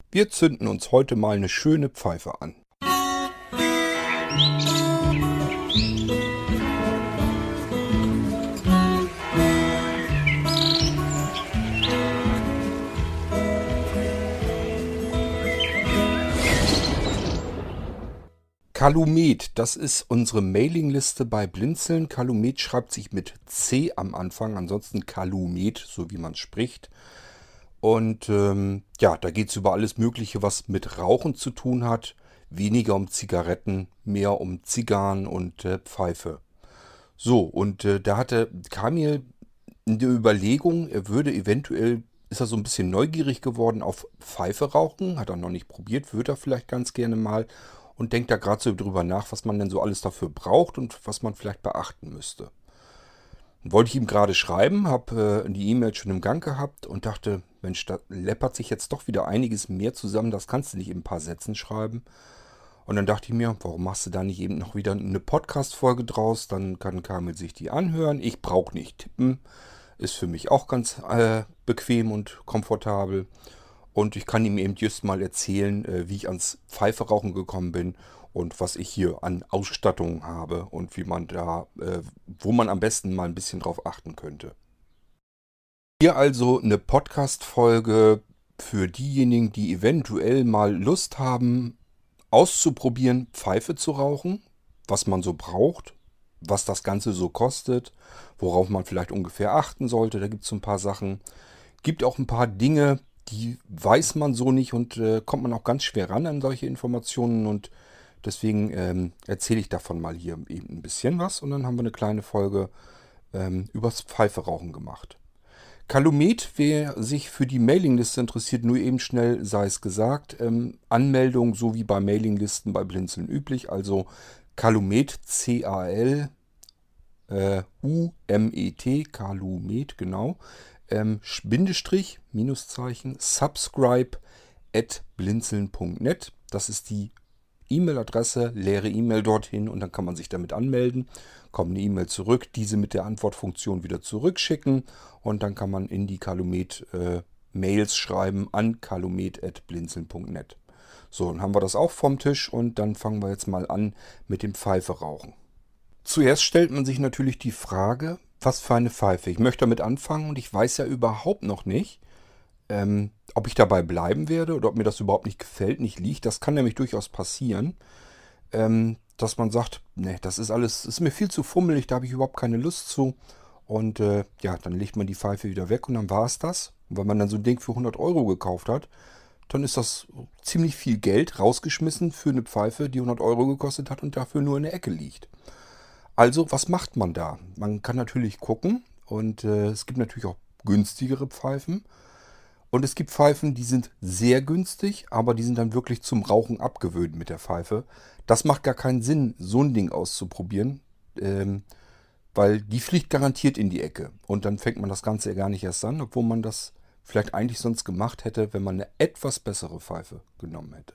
Wir zünden uns heute mal eine schöne Pfeife an. Calumet, das ist unsere Mailingliste bei Blinzeln. Calumet schreibt sich mit C am Anfang, ansonsten Calumet, so wie man spricht. Und ja, da geht es über alles Mögliche, was mit Rauchen zu tun hat. Weniger um Zigaretten, mehr um Zigarren und Pfeife. So, und kam mir eine Überlegung, er würde eventuell, ist er so ein bisschen neugierig geworden auf Pfeife rauchen, hat er noch nicht probiert, würde er vielleicht ganz gerne mal und denkt da gerade so drüber nach, was man denn so alles dafür braucht und was man vielleicht beachten müsste. Wollte ich ihm gerade schreiben, habe die E-Mail schon im Gang gehabt und dachte, Mensch, da läppert sich jetzt doch wieder einiges mehr zusammen, das kannst du nicht in ein paar Sätzen schreiben. Und dann dachte ich mir, warum machst du da nicht eben noch wieder eine Podcast-Folge draus? Dann kann Kamil sich die anhören. Ich brauche nicht tippen. Ist für mich auch ganz bequem und komfortabel. Und ich kann ihm eben just mal erzählen, wie ich ans Pfeiferauchen gekommen bin und was ich hier an Ausstattung habe und wie man da, wo man am besten mal ein bisschen drauf achten könnte. Hier also eine Podcast-Folge für diejenigen, die eventuell mal Lust haben, auszuprobieren, Pfeife zu rauchen, was man so braucht, was das Ganze so kostet, worauf man vielleicht ungefähr achten sollte. Da gibt es so ein paar Sachen. Gibt auch ein paar Dinge, die weiß man so nicht und kommt man auch ganz schwer ran an solche Informationen. Und deswegen erzähle ich davon mal hier eben ein bisschen was. Und dann haben wir eine kleine Folge übers Pfeiferauchen gemacht. Calumet, wer sich für die Mailingliste interessiert, nur eben schnell sei es gesagt. Anmeldung, so wie bei Mailinglisten bei Blinzeln üblich. Also Calumet, C-A-L-U-M-E-T, Calumet, genau. Bindestrich, Minuszeichen, subscribe at blinzeln.net. Das ist die E-Mail-Adresse, leere E-Mail dorthin und dann kann man sich damit anmelden. Kommt eine E-Mail zurück, diese mit der Antwortfunktion wieder zurückschicken und dann kann man in die Calumet Mails schreiben an calumet@blinzeln.net. So, dann haben wir das auch vom Tisch und dann fangen wir jetzt mal an mit dem Pfeiferauchen. Zuerst stellt man sich natürlich die Frage, was für eine Pfeife. Ich möchte damit anfangen und ich weiß ja überhaupt noch nicht, ob ich dabei bleiben werde oder ob mir das überhaupt nicht gefällt, nicht liegt. Das kann nämlich durchaus passieren, dass man sagt, nee, das ist alles, ist mir viel zu fummelig, da habe ich überhaupt keine Lust zu. Und ja, dann legt man die Pfeife wieder weg und dann war es das. Und wenn man dann so ein Ding für 100 Euro gekauft hat, dann ist das ziemlich viel Geld rausgeschmissen für eine Pfeife, die 100 Euro gekostet hat und dafür nur in der Ecke liegt. Also, was macht man da? Man kann natürlich gucken und es gibt natürlich auch günstigere Pfeifen. Und es gibt Pfeifen, die sind sehr günstig, aber die sind dann wirklich zum Rauchen abgewöhnt mit der Pfeife. Das macht gar keinen Sinn, so ein Ding auszuprobieren, weil die fliegt garantiert in die Ecke. Und dann fängt man das Ganze ja gar nicht erst an, obwohl man das vielleicht eigentlich sonst gemacht hätte, wenn man eine etwas bessere Pfeife genommen hätte.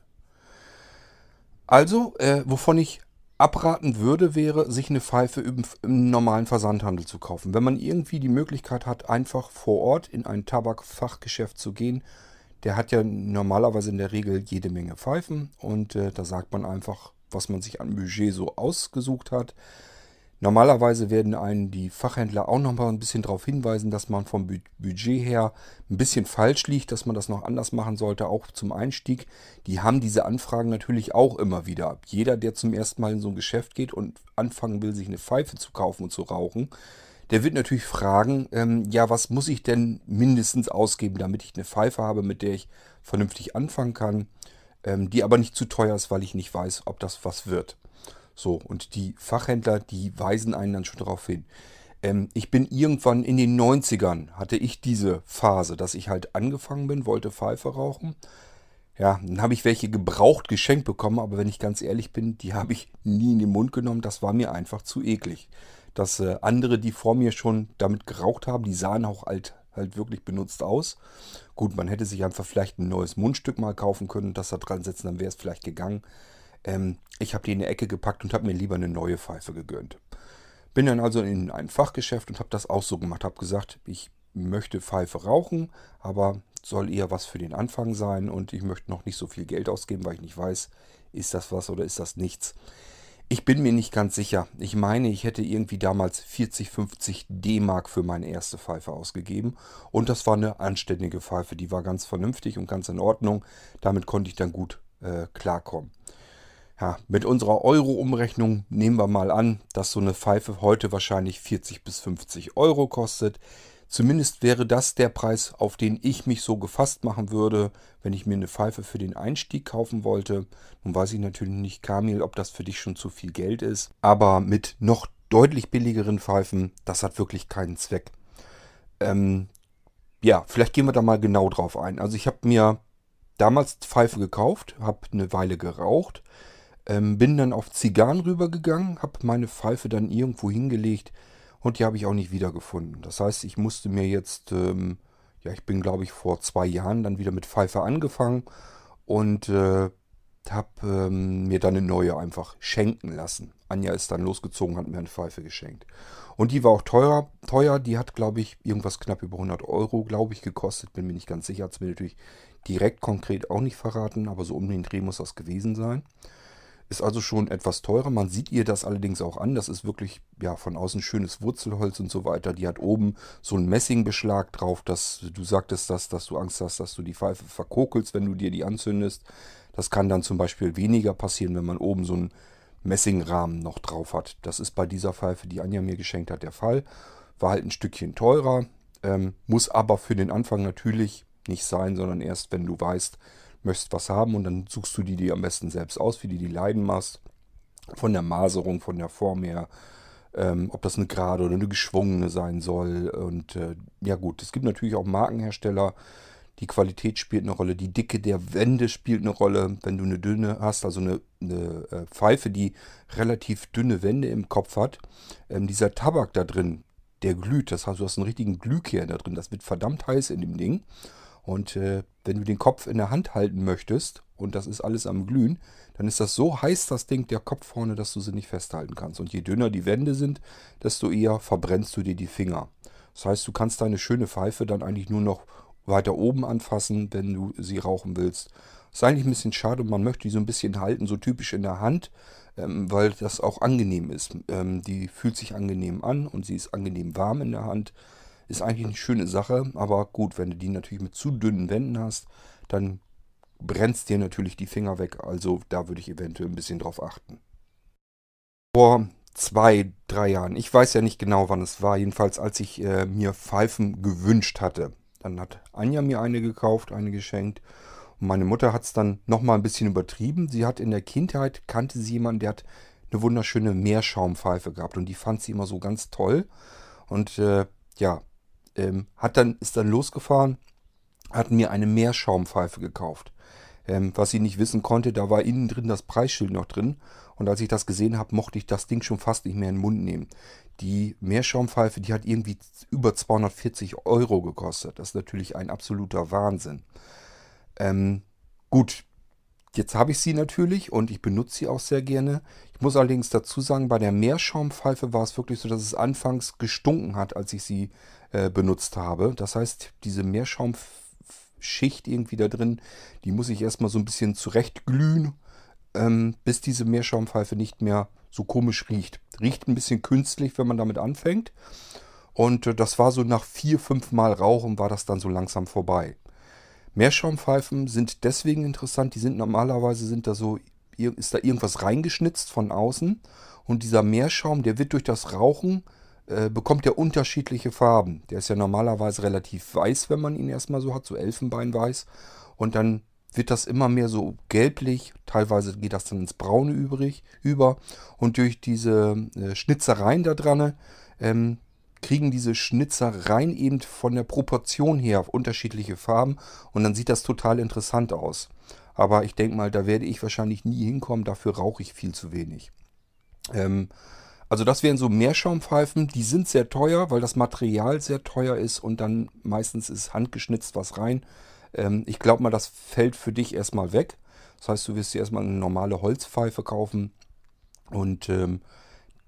Also, wovon ich abraten würde, wäre, sich eine Pfeife im normalen Versandhandel zu kaufen. Wenn man irgendwie die Möglichkeit hat, einfach vor Ort in ein Tabakfachgeschäft zu gehen, der hat ja normalerweise in der Regel jede Menge Pfeifen und da sagt man einfach, was man sich an Budget so ausgesucht hat. Normalerweise werden einen die Fachhändler auch noch mal ein bisschen darauf hinweisen, dass man vom Budget her ein bisschen falsch liegt, dass man das noch anders machen sollte, auch zum Einstieg. Die haben diese Anfragen natürlich auch immer wieder. Jeder, der zum ersten Mal in so ein Geschäft geht und anfangen will, sich eine Pfeife zu kaufen und zu rauchen, der wird natürlich fragen, ja, was muss ich denn mindestens ausgeben, damit ich eine Pfeife habe, mit der ich vernünftig anfangen kann, die aber nicht zu teuer ist, weil ich nicht weiß, ob das was wird. So, und die Fachhändler, die weisen einen dann schon darauf hin. Ich bin irgendwann in den 90ern, hatte ich diese Phase, dass ich halt angefangen bin, wollte Pfeife rauchen. Ja, dann habe ich welche gebraucht geschenkt bekommen, aber wenn ich ganz ehrlich bin, die habe ich nie in den Mund genommen. Das war mir einfach zu eklig. Dass andere, die vor mir schon damit geraucht haben, die sahen auch halt wirklich benutzt aus. Gut, man hätte sich einfach vielleicht ein neues Mundstück mal kaufen können und das da dran setzen, dann wäre es vielleicht gegangen. Ich habe die in die Ecke gepackt und habe mir lieber eine neue Pfeife gegönnt. Bin dann also in ein Fachgeschäft und habe das auch so gemacht. Habe gesagt, ich möchte Pfeife rauchen, aber soll eher was für den Anfang sein und ich möchte noch nicht so viel Geld ausgeben, weil ich nicht weiß, ist das was oder ist das nichts. Ich bin mir nicht ganz sicher. Ich meine, ich hätte irgendwie damals 40, 50 D-Mark für meine erste Pfeife ausgegeben. Und das war eine anständige Pfeife. Die war ganz vernünftig und ganz in Ordnung. Damit konnte ich dann gut klarkommen. Ja, mit unserer Euro-Umrechnung nehmen wir mal an, dass so eine Pfeife heute wahrscheinlich 40 bis 50 Euro kostet. Zumindest wäre das der Preis, auf den ich mich so gefasst machen würde, wenn ich mir eine Pfeife für den Einstieg kaufen wollte. Nun weiß ich natürlich nicht, Kamil, ob das für dich schon zu viel Geld ist. Aber mit noch deutlich billigeren Pfeifen, das hat wirklich keinen Zweck. Ähm, ja, vielleicht gehen wir da mal genau drauf ein. Also ich habe mir damals Pfeife gekauft, habe eine Weile geraucht. Bin dann auf Zigarren rübergegangen, habe meine Pfeife dann irgendwo hingelegt und die habe ich auch nicht wiedergefunden. Das heißt, ich musste mir jetzt, ja, ich bin glaube ich vor 2 Jahren dann wieder mit Pfeife angefangen und habe mir dann eine neue einfach schenken lassen. Anja ist dann losgezogen, hat mir eine Pfeife geschenkt. Und die war auch teuer, die hat glaube ich irgendwas knapp über 100 Euro, glaube ich, gekostet. Bin mir nicht ganz sicher, hat es mir natürlich direkt konkret auch nicht verraten, aber so um den Dreh muss das gewesen sein. Ist also schon etwas teurer. Man sieht ihr das allerdings auch an. Das ist wirklich ja von außen schönes Wurzelholz und so weiter. Die hat oben so einen Messingbeschlag drauf, dass du sagtest, dass du Angst hast, dass du die Pfeife verkokelst, wenn du dir die anzündest. Das kann dann zum Beispiel weniger passieren, wenn man oben so einen Messingrahmen noch drauf hat. Das ist bei dieser Pfeife, die Anja mir geschenkt hat, der Fall. War halt ein Stückchen teurer, muss aber für den Anfang natürlich nicht sein, sondern erst, wenn du weißt, möchtest was haben und dann suchst du die dir am besten selbst aus, wie du die leiden machst. Von der Maserung, von der Form her, ob das eine gerade oder eine geschwungene sein soll. Und ja gut, es gibt natürlich auch Markenhersteller. Die Qualität spielt eine Rolle, die Dicke der Wände spielt eine Rolle. Wenn du eine dünne hast, also eine Pfeife, die relativ dünne Wände im Kopf hat, dieser Tabak da drin, der glüht. Das heißt, du hast einen richtigen Glühkern da drin. Das wird verdammt heiß in dem Ding. Und wenn du den Kopf in der Hand halten möchtest und das ist alles am Glühen, dann ist das so heiß, das Ding, der Kopf vorne, dass du sie nicht festhalten kannst. Und je dünner die Wände sind, desto eher verbrennst du dir die Finger. Das heißt, du kannst deine schöne Pfeife dann eigentlich nur noch weiter oben anfassen, wenn du sie rauchen willst. Ist eigentlich ein bisschen schade, man möchte die so ein bisschen halten, so typisch in der Hand, weil das auch angenehm ist. Die fühlt sich angenehm an und sie ist angenehm warm in der Hand. Ist eigentlich eine schöne Sache, aber gut, wenn du die natürlich mit zu dünnen Wänden hast, dann brennst dir natürlich die Finger weg. Also da würde ich eventuell ein bisschen drauf achten. Vor 2, 3 Jahren, ich weiß ja nicht genau, wann es war, jedenfalls als ich mir Pfeifen gewünscht hatte. Dann hat Anja mir eine gekauft, eine geschenkt. Und meine Mutter hat es dann nochmal ein bisschen übertrieben. Sie hat in der Kindheit, kannte sie jemanden, der hat eine wunderschöne Meerschaumpfeife gehabt. Und die fand sie immer so ganz toll. Und ja, ist dann losgefahren, hat mir eine Meerschaumpfeife gekauft. Was sie nicht wissen konnte, da war innen drin das Preisschild noch drin. Und als ich das gesehen habe, mochte ich das Ding schon fast nicht mehr in den Mund nehmen. Die Meerschaumpfeife, die hat irgendwie über 240 Euro gekostet. Das ist natürlich ein absoluter Wahnsinn. Gut, jetzt habe ich sie natürlich und ich benutze sie auch sehr gerne. Ich muss allerdings dazu sagen, bei der Meerschaumpfeife war es wirklich so, dass es anfangs gestunken hat, als ich sie benutzt habe. Das heißt, diese Meerschaumschicht irgendwie da drin, die muss ich erstmal so ein bisschen zurechtglühen, bis diese Meerschaumpfeife nicht mehr so komisch riecht. Riecht ein bisschen künstlich, wenn man damit anfängt. Und das war so nach 4, 5 Mal Rauchen war das dann so langsam vorbei. Meerschaumpfeifen sind deswegen interessant, die sind normalerweise ist da irgendwas reingeschnitzt von außen und dieser Meerschaum, der wird durch das Rauchen, bekommt der unterschiedliche Farben. Der ist ja normalerweise relativ weiß, wenn man ihn erstmal so hat, so elfenbeinweiß und dann wird das immer mehr so gelblich, teilweise geht das dann ins Braune über und durch diese Schnitzereien da dran kriegen diese Schnitzereien eben von der Proportion her unterschiedliche Farben und dann sieht das total interessant aus. Aber ich denke mal, da werde ich wahrscheinlich nie hinkommen, dafür rauche ich viel zu wenig. Also das wären so Meerschaumpfeifen, die sind sehr teuer, weil das Material sehr teuer ist und dann meistens ist handgeschnitzt was rein. Ich glaube mal, das fällt für dich erstmal weg. Das heißt, du wirst dir erstmal eine normale Holzpfeife kaufen und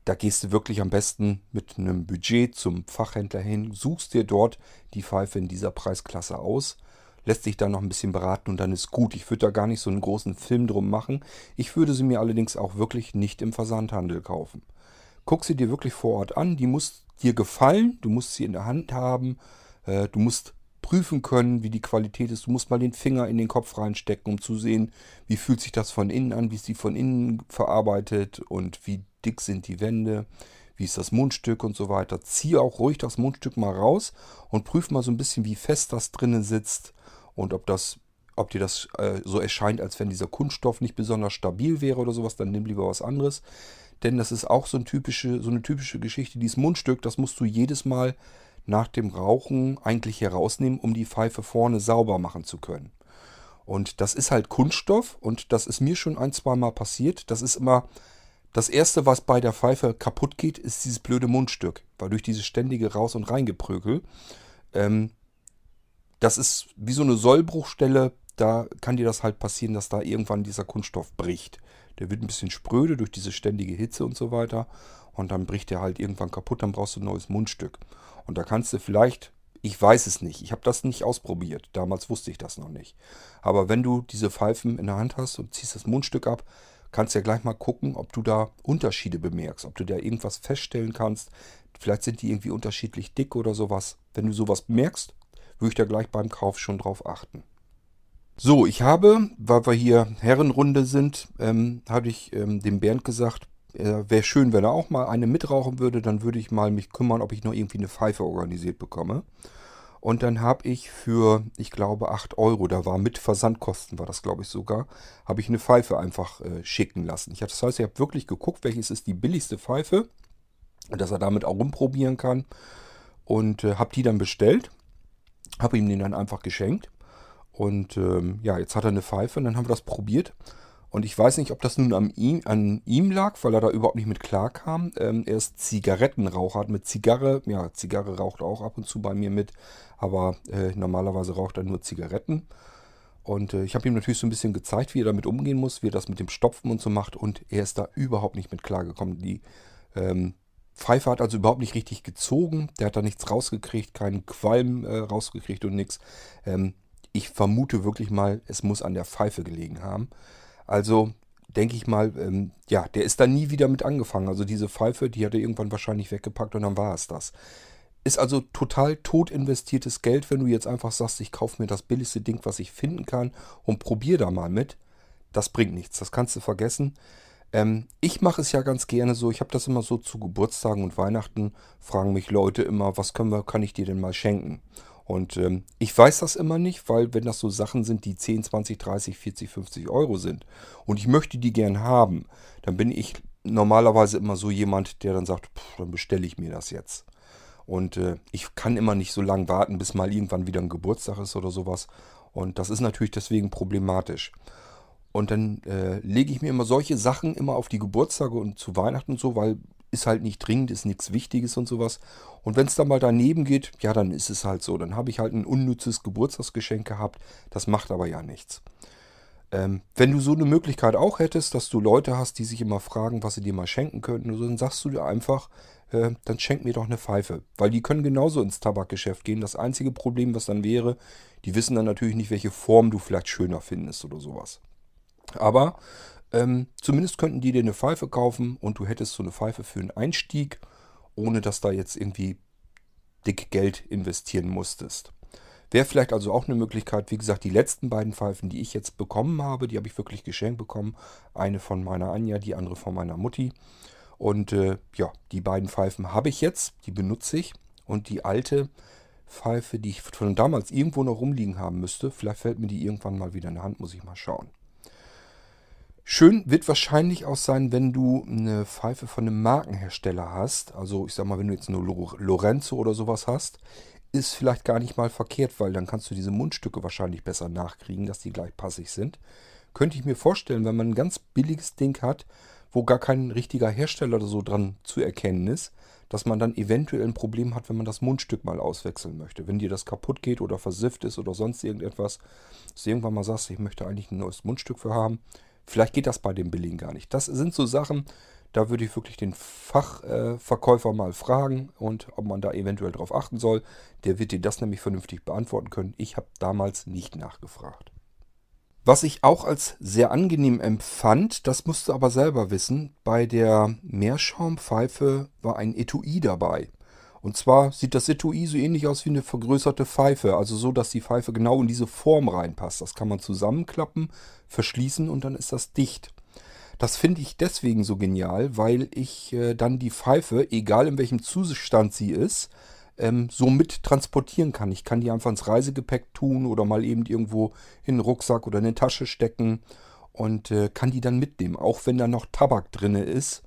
Da gehst du wirklich am besten mit einem Budget zum Fachhändler hin, suchst dir dort die Pfeife in dieser Preisklasse aus, lässt sich da noch ein bisschen beraten und dann ist gut. Ich würde da gar nicht so einen großen Film drum machen. Ich würde sie mir allerdings auch wirklich nicht im Versandhandel kaufen. Guck sie dir wirklich vor Ort an, die muss dir gefallen, du musst sie in der Hand haben, du musst prüfen können, wie die Qualität ist. Du musst mal den Finger in den Kopf reinstecken, um zu sehen, wie fühlt sich das von innen an, wie ist die von innen verarbeitet und wie dick sind die Wände, wie ist das Mundstück und so weiter. Zieh auch ruhig das Mundstück mal raus und prüf mal so ein bisschen, wie fest das drinnen sitzt und ob dir das so erscheint, als wenn dieser Kunststoff nicht besonders stabil wäre oder sowas, dann nimm lieber was anderes. Denn das ist auch so eine typische Geschichte. Dieses Mundstück, das musst du jedes Mal nach dem Rauchen eigentlich herausnehmen, um die Pfeife vorne sauber machen zu können. Und das ist halt Kunststoff und das ist mir schon ein, zwei Mal passiert. Das ist immer das Erste, was bei der Pfeife kaputt geht, ist dieses blöde Mundstück. Weil durch dieses ständige Raus- und Reingeprökel, ähm, das ist wie so eine Sollbruchstelle, da kann dir das halt passieren, dass da irgendwann dieser Kunststoff bricht. Der wird ein bisschen spröde durch diese ständige Hitze und so weiter. Und dann bricht der halt irgendwann kaputt, dann brauchst du ein neues Mundstück. Und da kannst du vielleicht, ich weiß es nicht, ich habe das nicht ausprobiert. Damals wusste ich das noch nicht. Aber wenn du diese Pfeifen in der Hand hast und ziehst das Mundstück ab, kannst du ja gleich mal gucken, ob du da Unterschiede bemerkst, ob du da irgendwas feststellen kannst. Vielleicht sind die irgendwie unterschiedlich dick oder sowas. Wenn du sowas merkst, würde ich da gleich beim Kauf schon drauf achten. So, ich habe, weil wir hier Herrenrunde sind, habe ich dem Bernd gesagt, wäre schön, wenn er auch mal eine mitrauchen würde, dann würde ich mal mich kümmern, ob ich noch irgendwie eine Pfeife organisiert bekomme. Und dann habe ich für, ich glaube, 8 Euro, da war mit Versandkosten, war das glaube ich sogar, habe ich eine Pfeife einfach schicken lassen. Das heißt, ich habe wirklich geguckt, welches ist die billigste Pfeife, dass er damit auch rumprobieren kann. Und habe die dann bestellt, habe ihm den dann einfach geschenkt. Und ja, jetzt hat er eine Pfeife und dann haben wir das probiert. Und ich weiß nicht, ob das nun an ihm lag, weil er da überhaupt nicht mit klar kam. Er ist Zigarettenraucher, hat mit Zigarre, ja, Zigarre raucht auch ab und zu bei mir mit, aber normalerweise raucht er nur Zigaretten. Und ich habe ihm natürlich so ein bisschen gezeigt, wie er damit umgehen muss, wie er das mit dem Stopfen und so macht. Und er ist da überhaupt nicht mit klargekommen. Die Pfeife hat also überhaupt nicht richtig gezogen. Der hat da nichts rausgekriegt, keinen Qualm rausgekriegt und nichts. Ich vermute wirklich mal, es muss an der Pfeife gelegen haben. Also denke ich mal, ja, der ist da nie wieder mit angefangen. Also diese Pfeife, die hat er irgendwann wahrscheinlich weggepackt und dann war es das. Ist also total tot investiertes Geld, wenn du jetzt einfach sagst, ich kaufe mir das billigste Ding, was ich finden kann und probiere da mal mit. Das bringt nichts, das kannst du vergessen. Ich mache es ja ganz gerne so, ich habe das immer so zu Geburtstagen und Weihnachten, fragen mich Leute immer, kann ich dir denn mal schenken? Und ich weiß das immer nicht, weil wenn das so Sachen sind, die 10, 20, 30, 40, 50 Euro sind und ich möchte die gern haben, dann bin ich normalerweise immer so jemand, der dann sagt, dann bestelle ich mir das jetzt. Und ich kann immer nicht so lange warten, bis mal irgendwann wieder ein Geburtstag ist oder sowas. Und das ist natürlich deswegen problematisch. Und dann lege ich mir immer solche Sachen immer auf die Geburtstage und zu Weihnachten und so, weil ist halt nicht dringend, ist nichts Wichtiges und sowas. Und wenn es dann mal daneben geht, ja, dann ist es halt so. Dann habe ich halt ein unnützes Geburtstagsgeschenk gehabt. Das macht aber ja nichts. Wenn du so eine Möglichkeit auch hättest, dass du Leute hast, die sich immer fragen, was sie dir mal schenken könnten, und so, dann sagst du dir einfach, dann schenk mir doch eine Pfeife. Weil die können genauso ins Tabakgeschäft gehen. Das einzige Problem, was dann wäre, die wissen dann natürlich nicht, welche Form du vielleicht schöner findest oder sowas. Aber zumindest könnten die dir eine Pfeife kaufen und du hättest so eine Pfeife für einen Einstieg, ohne dass da jetzt irgendwie dick Geld investieren musstest. Wäre vielleicht also auch eine Möglichkeit. Wie gesagt, die letzten beiden Pfeifen, die ich jetzt bekommen habe, die habe ich wirklich geschenkt bekommen. Eine von meiner Anja, die andere von meiner Mutti. Und ja, die beiden Pfeifen habe ich jetzt, die benutze ich. Und die alte Pfeife, die ich von damals irgendwo noch rumliegen haben müsste, vielleicht fällt mir die irgendwann mal wieder in die Hand, muss ich mal schauen. Schön wird wahrscheinlich auch sein, wenn du eine Pfeife von einem Markenhersteller hast. Also ich sag mal, wenn du jetzt nur Lorenzo oder sowas hast, ist vielleicht gar nicht mal verkehrt, weil dann kannst du diese Mundstücke wahrscheinlich besser nachkriegen, dass die gleich passig sind. Könnte ich mir vorstellen, wenn man ein ganz billiges Ding hat, wo gar kein richtiger Hersteller oder so dran zu erkennen ist, dass man dann eventuell ein Problem hat, wenn man das Mundstück mal auswechseln möchte. Wenn dir das kaputt geht oder versifft ist oder sonst irgendetwas, dass du irgendwann mal sagst, ich möchte eigentlich ein neues Mundstück für haben, Vielleicht geht das bei dem billigen gar nicht. Das sind so Sachen, da würde ich wirklich den Fachverkäufer mal fragen und ob man da eventuell drauf achten soll. Der wird dir das nämlich vernünftig beantworten können. Ich habe damals nicht nachgefragt. Was ich auch als sehr angenehm empfand, das musst du aber selber wissen, bei der Meerschaumpfeife war ein Etui dabei. Und zwar sieht das Etui so ähnlich aus wie eine vergrößerte Pfeife, also so, dass die Pfeife genau in diese Form reinpasst. Das kann man zusammenklappen, verschließen und dann ist das dicht. Das finde ich deswegen so genial, weil ich dann die Pfeife, egal in welchem Zustand sie ist, so mit transportieren kann. Ich kann die einfach ins Reisegepäck tun oder mal eben irgendwo in den Rucksack oder in eine Tasche stecken und kann die dann mitnehmen, auch wenn da noch Tabak drin ist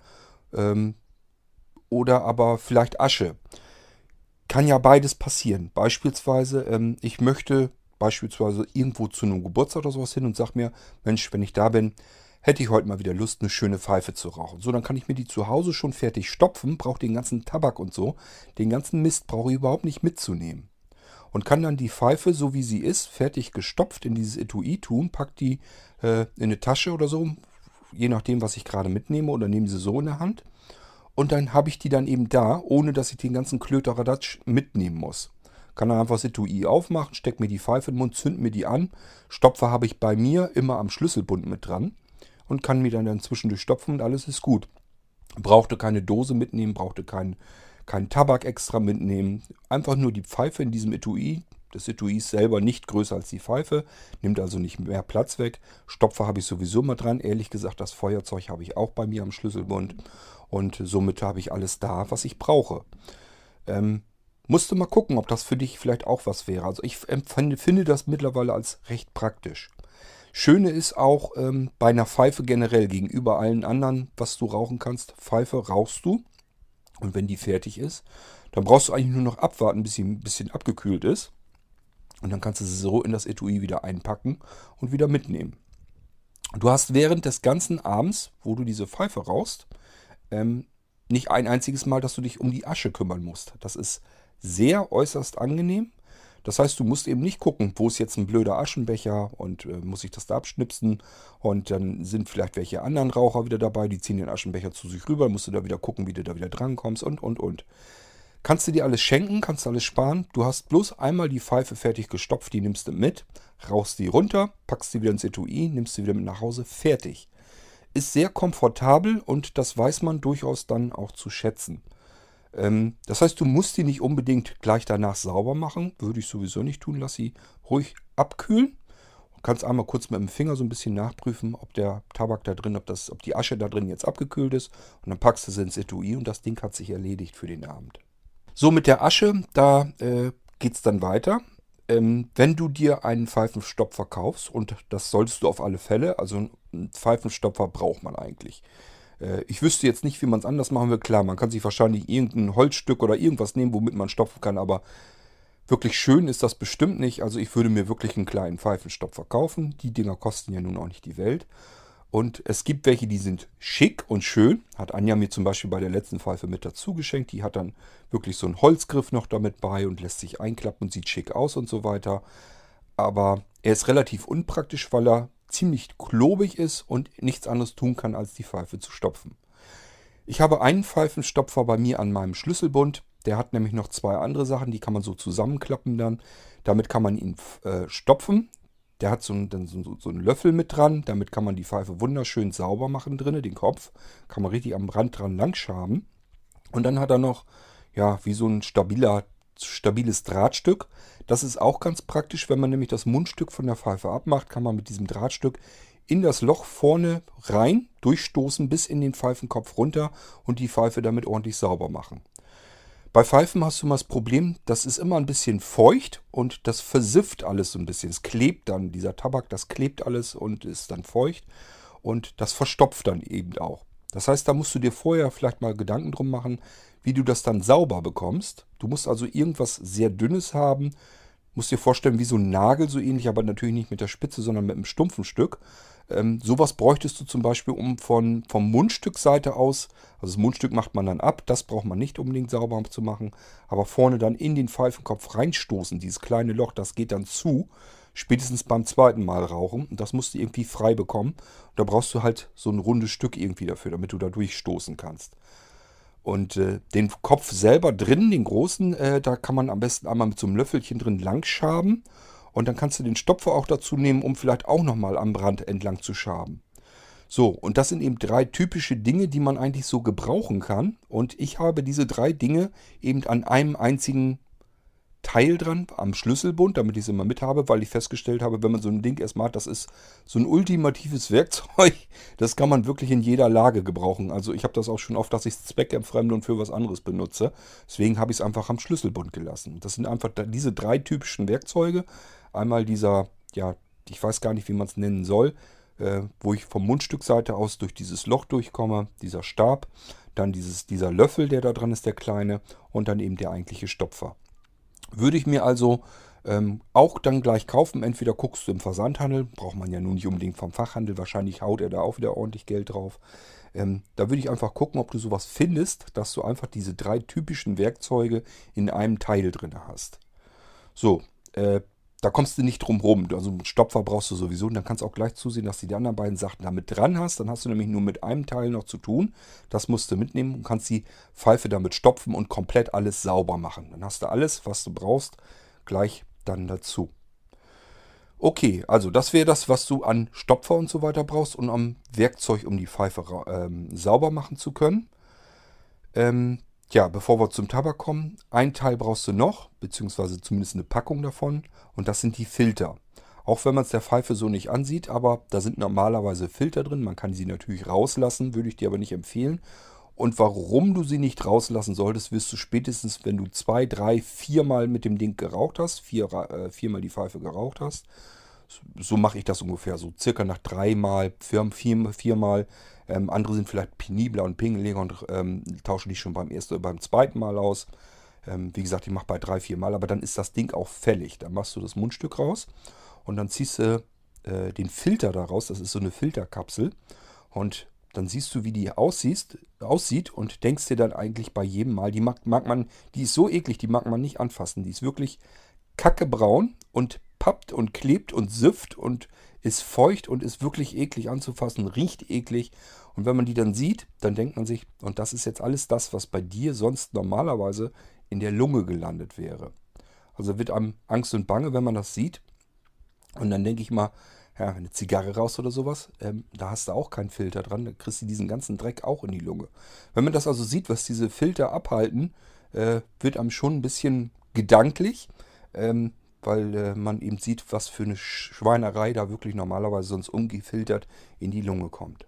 oder aber vielleicht Asche. Kann ja beides passieren. Beispielsweise, ich möchte beispielsweise irgendwo zu einem Geburtstag oder sowas hin und sage mir, Mensch, wenn ich da bin, hätte ich heute mal wieder Lust, eine schöne Pfeife zu rauchen. So, dann kann ich mir die zu Hause schon fertig stopfen, brauche den ganzen Tabak und so. Den ganzen Mist brauche ich überhaupt nicht mitzunehmen. Und kann dann die Pfeife, so wie sie ist, fertig gestopft in dieses Etui tun, pack die in eine Tasche oder so, je nachdem, was ich gerade mitnehme, oder nehme sie so in der Hand. Und dann habe ich die dann eben da, ohne dass ich den ganzen Klöteradatsch mitnehmen muss. Kann dann einfach das Etui aufmachen, steck mir die Pfeife in den Mund, zünd mir die an. Stopfer habe ich bei mir immer am Schlüsselbund mit dran und kann mir dann zwischendurch stopfen und alles ist gut. Brauchte keine Dose mitnehmen, brauchte keinen Tabak extra mitnehmen. Einfach nur die Pfeife in diesem Etui. Das Etui ist selber nicht größer als die Pfeife, nimmt also nicht mehr Platz weg. Stopfer habe ich sowieso mal dran. Ehrlich gesagt, das Feuerzeug habe ich auch bei mir am Schlüsselbund. Und somit habe ich alles da, was ich brauche. Musst du mal gucken, ob das für dich vielleicht auch was wäre. Also ich finde das mittlerweile als recht praktisch. Schöne ist auch bei einer Pfeife generell gegenüber allen anderen, was du rauchen kannst. Pfeife rauchst du und wenn die fertig ist, dann brauchst du eigentlich nur noch abwarten, bis sie ein bisschen abgekühlt ist. Und dann kannst du sie so in das Etui wieder einpacken und wieder mitnehmen. Du hast während des ganzen Abends, wo du diese Pfeife rauchst, nicht ein einziges Mal, dass du dich um die Asche kümmern musst. Das ist sehr äußerst angenehm. Das heißt, du musst eben nicht gucken, wo ist jetzt ein blöder Aschenbecher und muss ich das da abschnipsen. Und dann sind vielleicht welche anderen Raucher wieder dabei, die ziehen den Aschenbecher zu sich rüber. Musst du da wieder gucken, wie du da wieder drankommst und. Kannst du dir alles schenken, kannst du alles sparen. Du hast bloß einmal die Pfeife fertig gestopft, die nimmst du mit, rauchst die runter, packst sie wieder ins Etui, nimmst sie wieder mit nach Hause, fertig. Ist sehr komfortabel und das weiß man durchaus dann auch zu schätzen. Das heißt, du musst die nicht unbedingt gleich danach sauber machen. Würde ich sowieso nicht tun. Lass sie ruhig abkühlen. Du kannst einmal kurz mit dem Finger so ein bisschen nachprüfen, ob der Tabak da drin, ob die Asche da drin jetzt abgekühlt ist. Und dann packst du sie ins Etui und das Ding hat sich erledigt für den Abend. So, mit der Asche, da geht es dann weiter. Wenn du dir einen Pfeifenstopfer kaufst, und das solltest du auf alle Fälle, also einen Pfeifenstopfer braucht man eigentlich. Ich wüsste jetzt nicht, wie man es anders machen will. Klar, man kann sich wahrscheinlich irgendein Holzstück oder irgendwas nehmen, womit man stopfen kann, aber wirklich schön ist das bestimmt nicht. Also ich würde mir wirklich einen kleinen Pfeifenstopfer kaufen. Die Dinger kosten ja nun auch nicht die Welt. Und es gibt welche, die sind schick und schön. Hat Anja mir zum Beispiel bei der letzten Pfeife mit dazu geschenkt. Die hat dann wirklich so einen Holzgriff noch damit bei und lässt sich einklappen und sieht schick aus und so weiter. Aber er ist relativ unpraktisch, weil er ziemlich klobig ist und nichts anderes tun kann, als die Pfeife zu stopfen. Ich habe einen Pfeifenstopfer bei mir an meinem Schlüsselbund. Der hat nämlich noch zwei andere Sachen, die kann man so zusammenklappen dann. Damit kann man ihn stopfen. Der hat so einen Löffel mit dran. Damit kann man die Pfeife wunderschön sauber machen drinnen, den Kopf. Kann man richtig am Rand dran langschaben. Und dann hat er noch, ja, wie so ein stabiles Drahtstück. Das ist auch ganz praktisch, wenn man nämlich das Mundstück von der Pfeife abmacht, kann man mit diesem Drahtstück in das Loch vorne rein durchstoßen bis in den Pfeifenkopf runter und die Pfeife damit ordentlich sauber machen. Bei Pfeifen hast du mal das Problem, das ist immer ein bisschen feucht und das versifft alles so ein bisschen. Es klebt dann, dieser Tabak, das klebt alles und ist dann feucht und das verstopft dann eben auch. Das heißt, da musst du dir vorher vielleicht mal Gedanken drum machen, wie du das dann sauber bekommst. Du musst also irgendwas sehr Dünnes haben, musst dir vorstellen wie so ein Nagel, so ähnlich, aber natürlich nicht mit der Spitze, sondern mit einem stumpfen Stück. Sowas bräuchtest du zum Beispiel vom Mundstückseite aus, also das Mundstück macht man dann ab, das braucht man nicht unbedingt sauber zu machen, aber vorne dann in den Pfeifenkopf reinstoßen, dieses kleine Loch, das geht dann zu, spätestens beim zweiten Mal rauchen. Und das musst du irgendwie frei bekommen. Und da brauchst du halt so ein rundes Stück irgendwie dafür, damit du da durchstoßen kannst. Und den Kopf selber drin, den großen, da kann man am besten einmal mit so einem Löffelchen drin lang schaben. Und dann kannst du den Stopfer auch dazu nehmen, um vielleicht auch nochmal am Rand entlang zu schaben. So, und das sind eben 3 typische Dinge, die man eigentlich so gebrauchen kann. Und ich habe diese 3 Dinge eben an einem einzigen Teil dran, am Schlüsselbund, damit ich es immer mit habe, weil ich festgestellt habe, wenn man so ein Ding erstmal hat, das ist so ein ultimatives Werkzeug. Das kann man wirklich in jeder Lage gebrauchen. Also ich habe das auch schon oft, dass ich es zweckentfremde und für was anderes benutze. Deswegen habe ich es einfach am Schlüsselbund gelassen. Das sind einfach diese 3 typischen Werkzeuge. Einmal dieser, ja, ich weiß gar nicht, wie man es nennen soll, wo ich vom Mundstückseite aus durch dieses Loch durchkomme, dieser Stab, dann dieser Löffel, der da dran ist, der kleine, und dann eben der eigentliche Stopfer. Würde ich mir also auch dann gleich kaufen. Entweder guckst du im Versandhandel, braucht man ja nun nicht unbedingt vom Fachhandel, wahrscheinlich haut er da auch wieder ordentlich Geld drauf. Da würde ich einfach gucken, ob du sowas findest, dass du einfach diese 3 typischen Werkzeuge in einem Teil drin hast. So, da kommst du nicht drum rum. Also einen Stopfer brauchst du sowieso. Und dann kannst du auch gleich zusehen, dass du die anderen beiden Sachen damit dran hast. Dann hast du nämlich nur mit einem Teil noch zu tun. Das musst du mitnehmen und kannst die Pfeife damit stopfen und komplett alles sauber machen. Dann hast du alles, was du brauchst, gleich dann dazu. Okay, also das wäre das, was du an Stopfer und so weiter brauchst und am Werkzeug, um die Pfeife sauber machen zu können. Ja, bevor wir zum Tabak kommen, ein Teil brauchst du noch, beziehungsweise zumindest eine Packung davon, und das sind die Filter. Auch wenn man es der Pfeife so nicht ansieht, aber da sind normalerweise Filter drin. Man kann sie natürlich rauslassen, würde ich dir aber nicht empfehlen. Und warum du sie nicht rauslassen solltest, wirst du spätestens, wenn du 2, 3, 4 Mal mit dem Ding geraucht hast, viermal die Pfeife geraucht hast. So mache ich das ungefähr, so circa nach 3 Mal, 4 Mal. Andere sind vielleicht penibler und pingeliger und tauschen die schon beim ersten oder beim zweiten Mal aus. Wie gesagt, ich mache bei 3, 4 Mal, aber dann ist das Ding auch fällig. Dann machst du das Mundstück raus und dann ziehst du den Filter daraus. Das ist so eine Filterkapsel. Und dann siehst du, wie die aussieht und denkst dir dann eigentlich bei jedem Mal, die ist so eklig, die mag man nicht anfassen. Die ist wirklich kackebraun und pappt und klebt und süfft und ist feucht und ist wirklich eklig anzufassen, riecht eklig. Und wenn man die dann sieht, dann denkt man sich, und das ist jetzt alles das, was bei dir sonst normalerweise in der Lunge gelandet wäre. Also wird einem Angst und Bange, wenn man das sieht. Und dann denke ich mal, ja, eine Zigarre raus oder sowas, da hast du auch keinen Filter dran, da kriegst du diesen ganzen Dreck auch in die Lunge. Wenn man das also sieht, was diese Filter abhalten, wird einem schon ein bisschen gedanklich, weil man eben sieht, was für eine Schweinerei da wirklich normalerweise sonst ungefiltert in die Lunge kommt.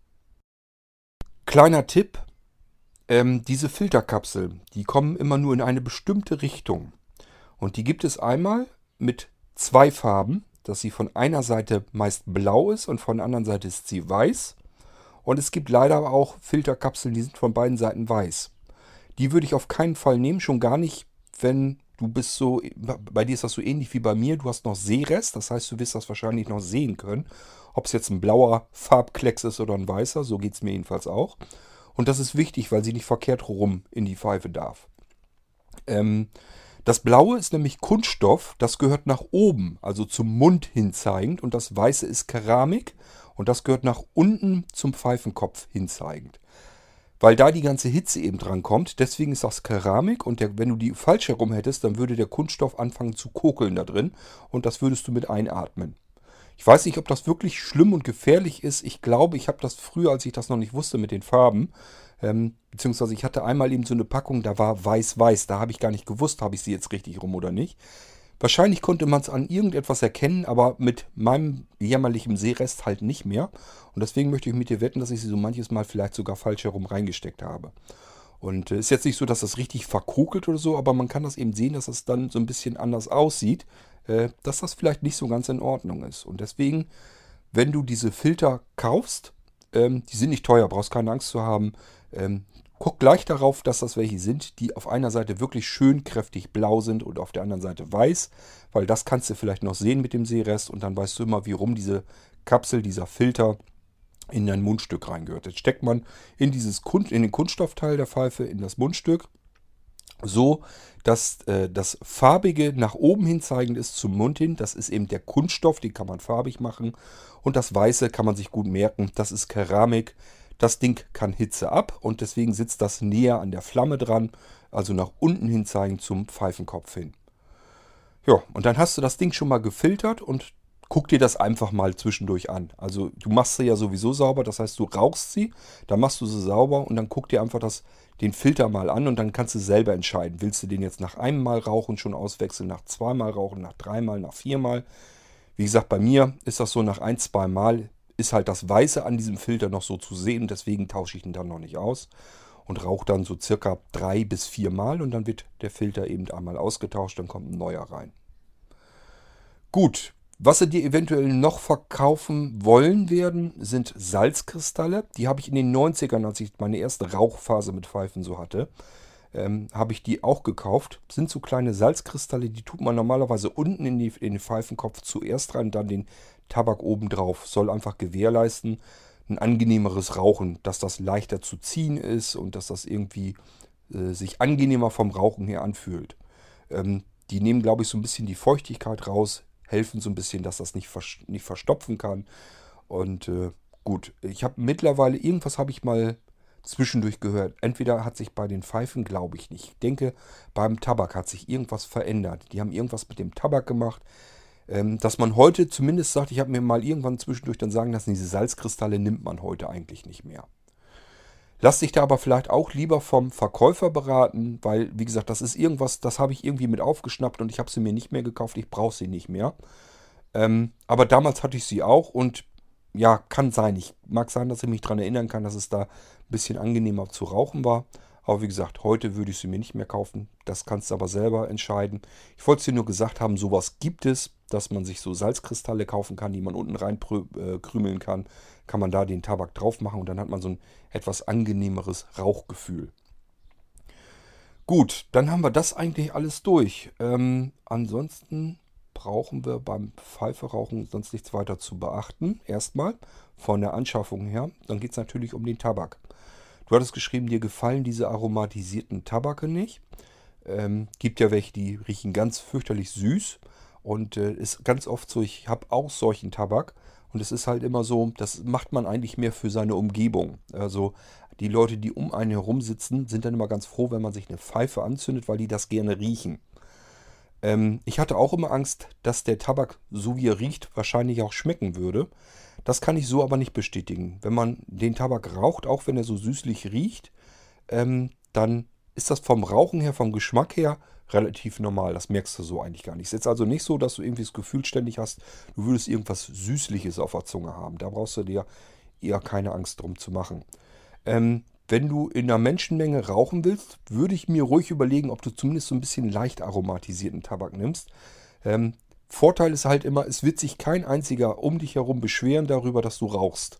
Kleiner Tipp, diese Filterkapseln, die kommen immer nur in eine bestimmte Richtung. Und die gibt es einmal mit 2 Farben, dass sie von einer Seite meist blau ist und von der anderen Seite ist sie weiß. Und es gibt leider auch Filterkapseln, die sind von beiden Seiten weiß. Die würde ich auf keinen Fall nehmen, schon gar nicht, wenn du bist so, bei dir ist das so ähnlich wie bei mir, du hast noch Sehrest, das heißt, du wirst das wahrscheinlich noch sehen können. Ob es jetzt ein blauer Farbklecks ist oder ein weißer, so geht es mir jedenfalls auch. Und das ist wichtig, weil sie nicht verkehrt rum in die Pfeife darf. Das Blaue ist nämlich Kunststoff, das gehört nach oben, also zum Mund hin zeigend. Und das Weiße ist Keramik und das gehört nach unten zum Pfeifenkopf hin zeigend. Weil da die ganze Hitze eben dran kommt, deswegen ist das Keramik und wenn du die falsch herum hättest, dann würde der Kunststoff anfangen zu kokeln da drin und das würdest du mit einatmen. Ich weiß nicht, ob das wirklich schlimm und gefährlich ist. Ich glaube, ich habe das früher, als ich das noch nicht wusste mit den Farben, beziehungsweise ich hatte einmal eben so eine Packung, da war weiß-weiß. Da habe ich gar nicht gewusst, habe ich sie jetzt richtig rum oder nicht. Wahrscheinlich konnte man es an irgendetwas erkennen, aber mit meinem jämmerlichen Sehrest halt nicht mehr. Und deswegen möchte ich mit dir wetten, dass ich sie so manches Mal vielleicht sogar falsch herum reingesteckt habe. Und ist jetzt nicht so, dass das richtig verkokelt oder so, aber man kann das eben sehen, dass es dann so ein bisschen anders aussieht, dass das vielleicht nicht so ganz in Ordnung ist. Und deswegen, wenn du diese Filter kaufst, die sind nicht teuer, brauchst keine Angst zu haben. Guck gleich darauf, dass das welche sind, die auf einer Seite wirklich schön kräftig blau sind und auf der anderen Seite weiß, weil das kannst du vielleicht noch sehen mit dem Sehrest und dann weißt du immer, wie rum diese Kapsel, dieser Filter in dein Mundstück reingehört. Jetzt steckt man in den Kunststoffteil der Pfeife in das Mundstück so, dass das farbige nach oben hin zeigend ist zum Mund hin. Das ist eben der Kunststoff, den kann man farbig machen. Und das Weiße kann man sich gut merken, das ist Keramik. Das Ding kann Hitze ab und deswegen sitzt das näher an der Flamme dran, also nach unten hin zeigend zum Pfeifenkopf hin. Ja, und dann hast du das Ding schon mal gefiltert und guck dir das einfach mal zwischendurch an. Also du machst sie ja sowieso sauber, das heißt du rauchst sie, dann machst du sie sauber und dann guck dir einfach den Filter mal an und dann kannst du selber entscheiden. Willst du den jetzt nach einem Mal rauchen schon auswechseln, nach zweimal rauchen, nach dreimal, nach viermal? Wie gesagt, bei mir ist das so nach ein, zwei Mal ist halt das Weiße an diesem Filter noch so zu sehen, deswegen tausche ich ihn dann noch nicht aus und rauche dann so circa 3 bis 4 Mal und dann wird der Filter eben einmal ausgetauscht, dann kommt ein neuer rein. Gut, was sie dir eventuell noch verkaufen wollen werden, sind Salzkristalle. Die habe ich in den 90ern, als ich meine erste Rauchphase mit Pfeifen so hatte, habe ich die auch gekauft. Sind so kleine Salzkristalle, die tut man normalerweise unten in den Pfeifenkopf zuerst rein, dann den Tabak oben drauf. Soll einfach gewährleisten, ein angenehmeres Rauchen, dass das leichter zu ziehen ist und dass das irgendwie sich angenehmer vom Rauchen her anfühlt. Die nehmen, glaube ich, so ein bisschen die Feuchtigkeit raus, helfen so ein bisschen, dass das nicht verstopfen kann. Und gut, ich habe mittlerweile, irgendwas habe ich mal zwischendurch gehört. Entweder hat sich bei den Pfeifen, glaube ich nicht. Ich denke, beim Tabak hat sich irgendwas verändert. Die haben irgendwas mit dem Tabak gemacht, dass man heute zumindest sagt, ich habe mir mal irgendwann zwischendurch dann sagen lassen, diese Salzkristalle nimmt man heute eigentlich nicht mehr. Lass dich da aber vielleicht auch lieber vom Verkäufer beraten, weil, wie gesagt, das ist irgendwas, das habe ich irgendwie mit aufgeschnappt und ich habe sie mir nicht mehr gekauft, ich brauche sie nicht mehr. Aber damals hatte ich sie auch und ja, kann sein. Ich mag sein, dass ich mich daran erinnern kann, dass es da ein bisschen angenehmer zu rauchen war. Aber wie gesagt, heute würde ich sie mir nicht mehr kaufen. Das kannst du aber selber entscheiden. Ich wollte es dir nur gesagt haben, sowas gibt es, dass man sich so Salzkristalle kaufen kann, die man unten rein krümeln kann. Kann man da den Tabak drauf machen und dann hat man so ein etwas angenehmeres Rauchgefühl. Gut, dann haben wir das eigentlich alles durch. Ansonsten brauchen wir beim Pfeiferauchen sonst nichts weiter zu beachten. Erstmal von der Anschaffung her. Dann geht es natürlich um den Tabak. Du hattest geschrieben, dir gefallen diese aromatisierten Tabake nicht. Gibt ja welche, die riechen ganz fürchterlich süß. Und ist ganz oft so, ich habe auch solchen Tabak. Und es ist halt immer so, das macht man eigentlich mehr für seine Umgebung. Also die Leute, die um einen herum sitzen, sind dann immer ganz froh, wenn man sich eine Pfeife anzündet, weil die das gerne riechen. Ich hatte auch immer Angst, dass der Tabak, so wie er riecht, wahrscheinlich auch schmecken würde. Das kann ich so aber nicht bestätigen. Wenn man den Tabak raucht, auch wenn er so süßlich riecht, dann ist das vom Rauchen her, vom Geschmack her relativ normal. Das merkst du so eigentlich gar nicht. Es ist jetzt also nicht so, dass du irgendwie das Gefühl ständig hast, du würdest irgendwas Süßliches auf der Zunge haben. Da brauchst du dir eher keine Angst drum zu machen. Wenn du in einer Menschenmenge rauchen willst, würde ich mir ruhig überlegen, ob du zumindest so ein bisschen leicht aromatisierten Tabak nimmst. Vorteil ist halt immer, es wird sich kein einziger um dich herum beschweren darüber, dass du rauchst.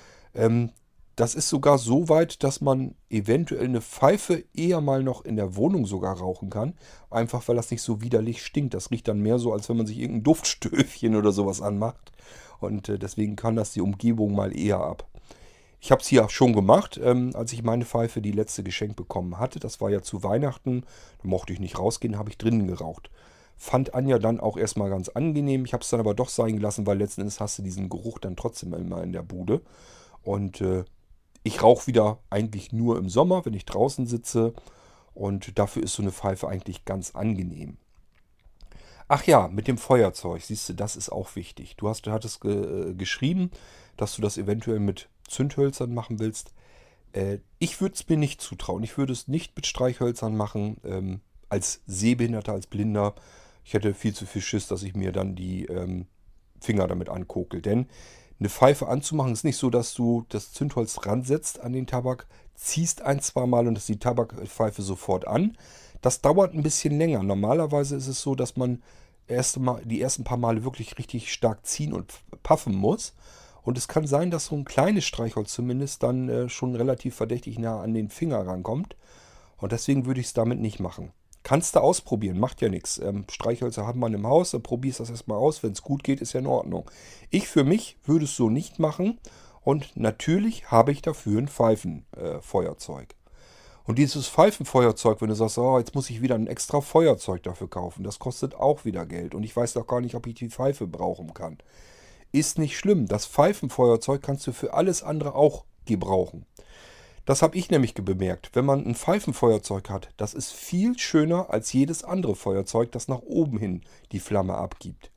Das ist sogar so weit, dass man eventuell eine Pfeife eher mal noch in der Wohnung sogar rauchen kann. Einfach weil das nicht so widerlich stinkt. Das riecht dann mehr so, als wenn man sich irgendein Duftstöfchen oder sowas anmacht. Und deswegen kann das die Umgebung mal eher ab. Ich habe es hier auch schon gemacht, als ich meine Pfeife die letzte geschenkt bekommen hatte. Das war ja zu Weihnachten. Da mochte ich nicht rausgehen, habe ich drinnen geraucht. Fand Anja dann auch erstmal ganz angenehm. Ich habe es dann aber doch sein gelassen, weil letzten Endes hast du diesen Geruch dann trotzdem immer in der Bude. Und ich rauche wieder eigentlich nur im Sommer, wenn ich draußen sitze. Und dafür ist so eine Pfeife eigentlich ganz angenehm. Ach ja, mit dem Feuerzeug, siehst du, das ist auch wichtig. Du hattest geschrieben, dass du das eventuell mit Zündhölzern machen willst. Ich würde es mir nicht zutrauen. Ich würde es nicht mit Streichhölzern machen. Als Sehbehinderter, als Blinder. Ich hätte viel zu viel Schiss, dass ich mir dann die Finger damit ankokel. Denn eine Pfeife anzumachen ist nicht so, dass du das Zündholz ransetzt an den Tabak, ziehst ein, zwei Mal und ist die Tabakpfeife sofort an. Das dauert ein bisschen länger. Normalerweise ist es so, dass man die ersten paar Male wirklich richtig stark ziehen und puffen muss. Und es kann sein, dass so ein kleines Streichholz zumindest dann schon relativ verdächtig nah an den Finger rankommt. Und deswegen würde ich es damit nicht machen. Kannst du ausprobieren, macht ja nichts. Streichhölzer haben wir im Haus, dann probierst das erstmal aus. Wenn es gut geht, ist ja in Ordnung. Ich für mich würde es so nicht machen. Und natürlich habe ich dafür ein Pfeifenfeuerzeug. Und dieses Pfeifenfeuerzeug, wenn du sagst, oh, jetzt muss ich wieder ein extra Feuerzeug dafür kaufen, das kostet auch wieder Geld. Und ich weiß doch gar nicht, ob ich die Pfeife brauchen kann. Ist nicht schlimm. Das Pfeifenfeuerzeug kannst du für alles andere auch gebrauchen. Das habe ich nämlich bemerkt. Wenn man ein Pfeifenfeuerzeug hat, das ist viel schöner als jedes andere Feuerzeug, das nach oben hin die Flamme abgibt.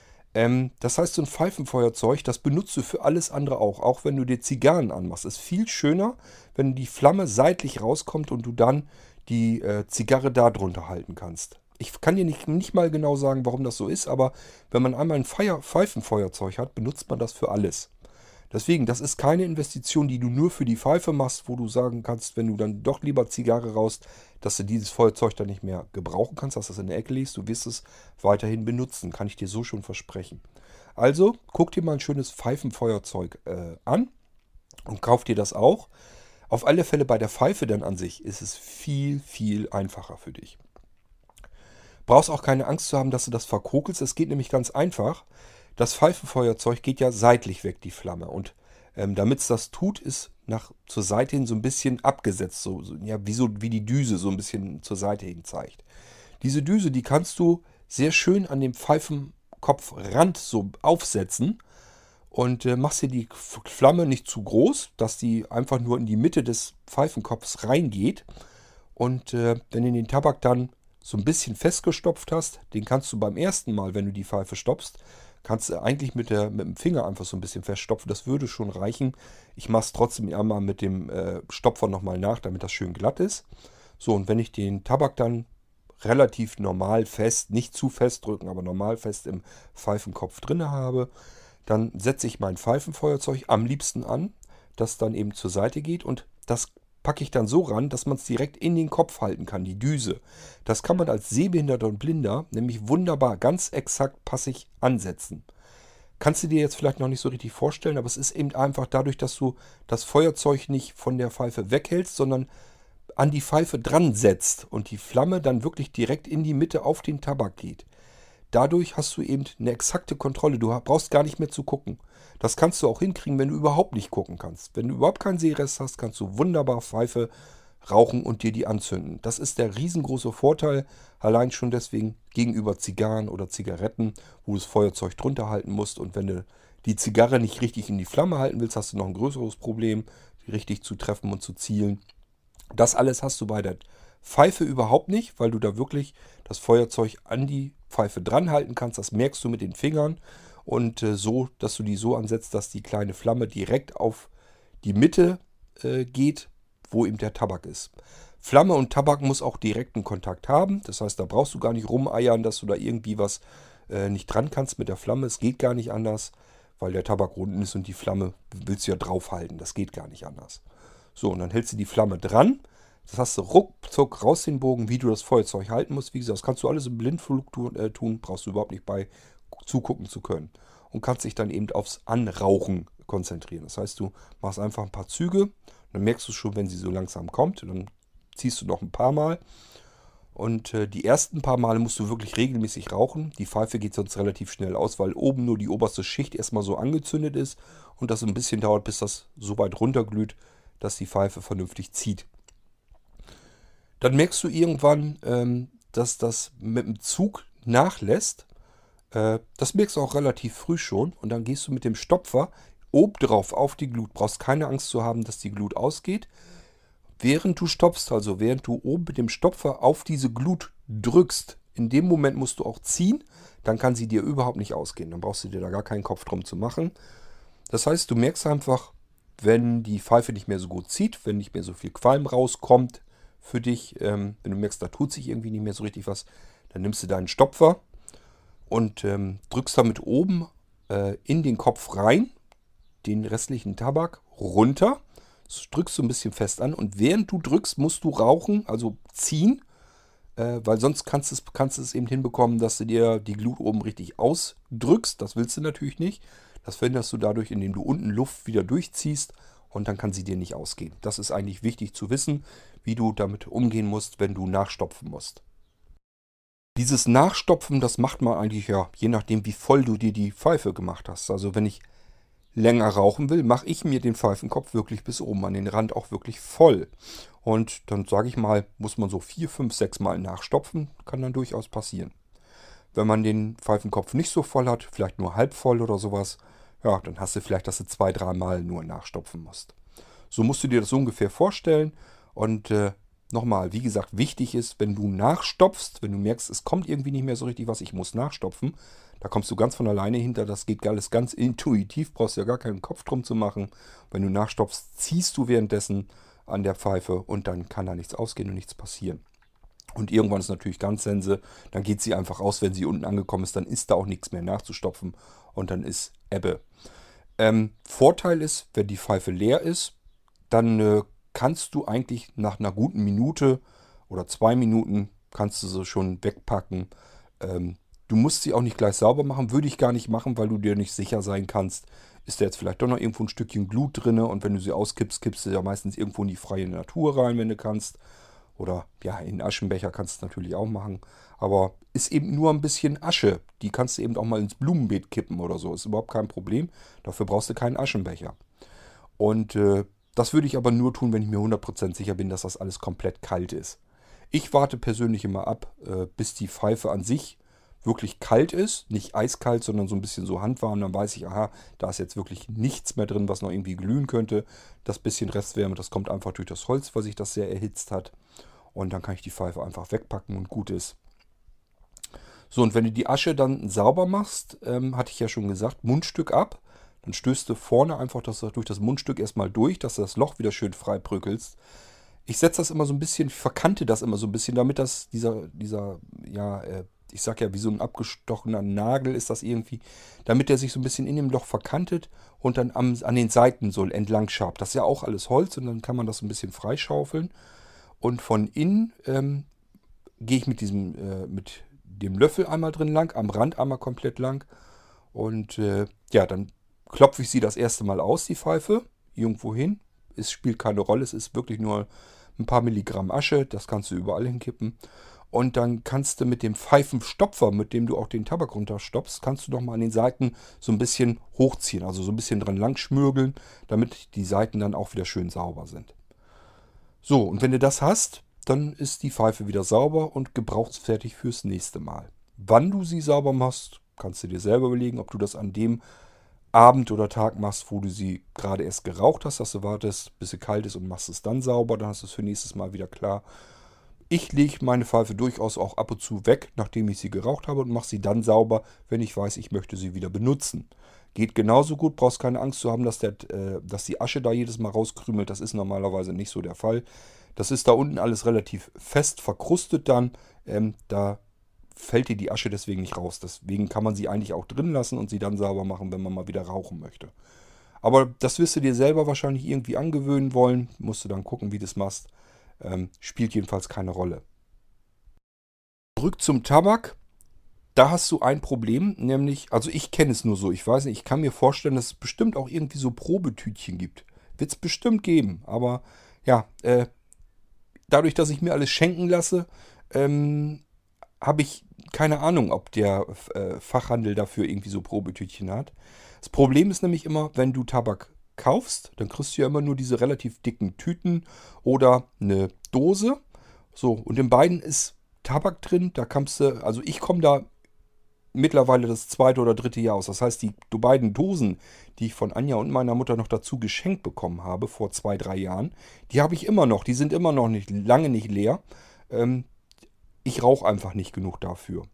Das heißt, so ein Pfeifenfeuerzeug, das benutzt du für alles andere auch. Auch wenn du dir Zigarren anmachst. Ist viel schöner, wenn die Flamme seitlich rauskommt und du dann die Zigarre da drunter halten kannst. Ich kann dir nicht mal genau sagen, warum das so ist, aber wenn man einmal ein Pfeifenfeuerzeug hat, benutzt man das für alles. Deswegen, das ist keine Investition, die du nur für die Pfeife machst, wo du sagen kannst, wenn du dann doch lieber Zigarre rauchst, dass du dieses Feuerzeug dann nicht mehr gebrauchen kannst, dass du es in der Ecke legst. Du wirst es weiterhin benutzen, kann ich dir so schon versprechen. Also, guck dir mal ein schönes Pfeifenfeuerzeug an und kauf dir das auch. Auf alle Fälle bei der Pfeife dann an sich ist es viel, viel einfacher für dich. Brauchst auch keine Angst zu haben, dass du das verkokelst. Es geht nämlich ganz einfach. Das Pfeifenfeuerzeug geht ja seitlich weg, die Flamme. Und damit es das tut, ist zur Seite hin so ein bisschen abgesetzt. Ja, wie die Düse so ein bisschen zur Seite hin zeigt. Diese Düse, die kannst du sehr schön an dem Pfeifenkopfrand so aufsetzen. Und machst dir die Flamme nicht zu groß, dass die einfach nur in die Mitte des Pfeifenkopfs reingeht. Und wenn du den Tabak dann so ein bisschen festgestopft hast, den kannst du beim ersten Mal, wenn du die Pfeife stopfst, kannst du eigentlich mit dem Finger einfach so ein bisschen feststopfen. Das würde schon reichen. Ich mache es trotzdem einmal mit dem Stopfer nochmal nach, damit das schön glatt ist. So, und wenn ich den Tabak dann relativ normal fest, nicht zu fest drücken, aber normal fest im Pfeifenkopf drin habe, dann setze ich mein Pfeifenfeuerzeug am liebsten an, das dann eben zur Seite geht, und das packe ich dann so ran, dass man es direkt in den Kopf halten kann, die Düse. Das kann man als Sehbehinderter und Blinder nämlich wunderbar, ganz exakt passig ansetzen. Kannst du dir jetzt vielleicht noch nicht so richtig vorstellen, aber es ist eben einfach dadurch, dass du das Feuerzeug nicht von der Pfeife weghältst, sondern an die Pfeife dran setzt und die Flamme dann wirklich direkt in die Mitte auf den Tabak geht. Dadurch hast du eben eine exakte Kontrolle. Du brauchst gar nicht mehr zu gucken. Das kannst du auch hinkriegen, wenn du überhaupt nicht gucken kannst. Wenn du überhaupt keinen Sehrest hast, kannst du wunderbar Pfeife rauchen und dir die anzünden. Das ist der riesengroße Vorteil, allein schon deswegen gegenüber Zigarren oder Zigaretten, wo du das Feuerzeug drunter halten musst. Und wenn du die Zigarre nicht richtig in die Flamme halten willst, hast du noch ein größeres Problem, die richtig zu treffen und zu zielen. Das alles hast du bei der Pfeife überhaupt nicht, weil du da wirklich das Feuerzeug an die Pfeife dran halten kannst. Das merkst du mit den Fingern und so, dass du die so ansetzt, dass die kleine Flamme direkt auf die Mitte geht, wo eben der Tabak ist. Flamme und Tabak muss auch direkten Kontakt haben. Das heißt, da brauchst du gar nicht rumeiern, dass du da irgendwie was nicht dran kannst mit der Flamme. Es geht gar nicht anders, weil der Tabak unten ist und die Flamme willst du ja draufhalten. Das geht gar nicht anders. So, und dann hältst du die Flamme dran. Das hast du ruckzuck raus den Bogen, wie du das Feuerzeug halten musst. Wie gesagt, das kannst du alles im Blindflug tun. Brauchst du überhaupt nicht bei zugucken zu können. Und kannst dich dann eben aufs Anrauchen konzentrieren. Das heißt, du machst einfach ein paar Züge. Dann merkst du schon, wenn sie so langsam kommt. Dann ziehst du noch ein paar Mal. Und die ersten paar Male musst du wirklich regelmäßig rauchen. Die Pfeife geht sonst relativ schnell aus, weil oben nur die oberste Schicht erstmal so angezündet ist. Und das ein bisschen dauert, bis das so weit runterglüht, dass die Pfeife vernünftig zieht. Dann merkst du irgendwann, dass das mit dem Zug nachlässt. Das merkst du auch relativ früh schon. Und dann gehst du mit dem Stopfer obendrauf auf die Glut. Brauchst keine Angst zu haben, dass die Glut ausgeht. Während du stopfst, also während du oben mit dem Stopfer auf diese Glut drückst, in dem Moment musst du auch ziehen. Dann kann sie dir überhaupt nicht ausgehen. Dann brauchst du dir da gar keinen Kopf drum zu machen. Das heißt, du merkst einfach, wenn die Pfeife nicht mehr so gut zieht, wenn nicht mehr so viel Qualm rauskommt für dich, wenn du merkst, da tut sich irgendwie nicht mehr so richtig was, dann nimmst du deinen Stopfer und drückst damit oben in den Kopf rein, den restlichen Tabak runter, drückst du ein bisschen fest an und während du drückst, musst du rauchen, also ziehen, weil sonst kannst du es eben hinbekommen, dass du dir die Glut oben richtig ausdrückst. Das willst du natürlich nicht. Das verhinderst du dadurch, indem du unten Luft wieder durchziehst und dann kann sie dir nicht ausgehen. Das ist eigentlich wichtig zu wissen, wie du damit umgehen musst, wenn du nachstopfen musst. Dieses Nachstopfen, das macht man eigentlich ja, je nachdem, wie voll du dir die Pfeife gemacht hast. Also wenn ich länger rauchen will, mache ich mir den Pfeifenkopf wirklich bis oben an den Rand auch wirklich voll. Und dann sage ich mal, muss man so 4, 5, 6 Mal nachstopfen, kann dann durchaus passieren. Wenn man den Pfeifenkopf nicht so voll hat, vielleicht nur halb voll oder sowas, ja, dann hast du vielleicht, dass du 2, 3 Mal nur nachstopfen musst. So musst du dir das so ungefähr vorstellen. Und nochmal, wie gesagt, wichtig ist, wenn du nachstopfst, wenn du merkst, es kommt irgendwie nicht mehr so richtig was, ich muss nachstopfen, da kommst du ganz von alleine hinter, das geht alles ganz intuitiv, brauchst ja gar keinen Kopf drum zu machen. Wenn du nachstopfst, ziehst du währenddessen an der Pfeife und dann kann da nichts ausgehen und nichts passieren. Und irgendwann ist natürlich ganz Sense, dann geht sie einfach aus, wenn sie unten angekommen ist, dann ist da auch nichts mehr nachzustopfen und dann ist Ebbe. Vorteil ist, wenn die Pfeife leer ist, dann kannst du eigentlich nach einer guten Minute oder 2 Minuten kannst du sie schon wegpacken. Du musst sie auch nicht gleich sauber machen, würde ich gar nicht machen, weil du dir nicht sicher sein kannst, ist da jetzt vielleicht doch noch irgendwo ein Stückchen Glut drin und wenn du sie auskippst, kippst du ja meistens irgendwo in die freie Natur rein, wenn du kannst. Oder ja, in den Aschenbecher kannst du es natürlich auch machen. Aber ist eben nur ein bisschen Asche. Die kannst du eben auch mal ins Blumenbeet kippen oder so. Ist überhaupt kein Problem. Dafür brauchst du keinen Aschenbecher. Und das würde ich aber nur tun, wenn ich mir 100% sicher bin, dass das alles komplett kalt ist. Ich warte persönlich immer ab, bis die Pfeife an sich wirklich kalt ist. Nicht eiskalt, sondern so ein bisschen so handwarm. Dann weiß ich, aha, da ist jetzt wirklich nichts mehr drin, was noch irgendwie glühen könnte. Das bisschen Restwärme, das kommt einfach durch das Holz, weil sich das sehr erhitzt hat. Und dann kann ich die Pfeife einfach wegpacken und gut ist. So, und wenn du die Asche dann sauber machst, hatte ich ja schon gesagt, Mundstück ab. Dann stößt du vorne einfach durch das Mundstück erstmal durch, dass du das Loch wieder schön frei prügelst. Ich setze das immer so ein bisschen, verkante das immer so ein bisschen, damit das ich sag ja, wie so ein abgestochener Nagel ist das irgendwie, damit der sich so ein bisschen in dem Loch verkantet und dann an den Seiten so entlang schabt. Das ist ja auch alles Holz und dann kann man das so ein bisschen freischaufeln. Und von innen gehe ich mit dem Löffel einmal drin lang, am Rand einmal komplett lang. Und ja, dann klopfe ich sie das erste Mal aus, die Pfeife, irgendwo hin. Es spielt keine Rolle, es ist wirklich nur ein paar Milligramm Asche, das kannst du überall hinkippen. Und dann kannst du mit dem Pfeifenstopfer, mit dem du auch den Tabak runterstopfst, kannst du noch mal an den Seiten so ein bisschen hochziehen, also so ein bisschen dran lang schmürgeln, damit die Seiten dann auch wieder schön sauber sind. So, und wenn du das hast, dann ist die Pfeife wieder sauber und gebrauchsfertig fürs nächste Mal. Wann du sie sauber machst, kannst du dir selber überlegen, ob du das an dem Abend oder Tag machst, wo du sie gerade erst geraucht hast, dass du wartest, bis sie kalt ist und machst es dann sauber, dann hast du es für nächstes Mal wieder klar. Ich lege meine Pfeife durchaus auch ab und zu weg, nachdem ich sie geraucht habe und mache sie dann sauber, wenn ich weiß, ich möchte sie wieder benutzen. Geht genauso gut, brauchst keine Angst zu haben, dass die Asche da jedes Mal rauskrümelt. Das ist normalerweise nicht so der Fall. Das ist da unten alles relativ fest verkrustet dann. Da fällt dir die Asche deswegen nicht raus. Deswegen kann man sie eigentlich auch drin lassen und sie dann sauber machen, wenn man mal wieder rauchen möchte. Aber das wirst du dir selber wahrscheinlich irgendwie angewöhnen wollen. Musst du dann gucken, wie du das machst. Spielt jedenfalls keine Rolle. Zurück zum Tabak. Da hast du ein Problem, nämlich, also ich kenne es nur so, ich weiß nicht, ich kann mir vorstellen, dass es bestimmt auch irgendwie so Probetütchen gibt. Wird es bestimmt geben, aber ja, dadurch, dass ich mir alles schenken lasse, habe ich keine Ahnung, ob der Fachhandel dafür irgendwie so Probetütchen hat. Das Problem ist nämlich immer, wenn du Tabak kaufst, dann kriegst du ja immer nur diese relativ dicken Tüten oder eine Dose. So, und in beiden ist Tabak drin, da kannst du, also ich komme da mittlerweile das zweite oder dritte Jahr aus. Das heißt, die beiden Dosen, die ich von Anja und meiner Mutter noch dazu geschenkt bekommen habe, vor 2, 3 Jahren, die habe ich immer noch. Die sind immer noch nicht, lange nicht leer. Ich rauche einfach nicht genug dafür.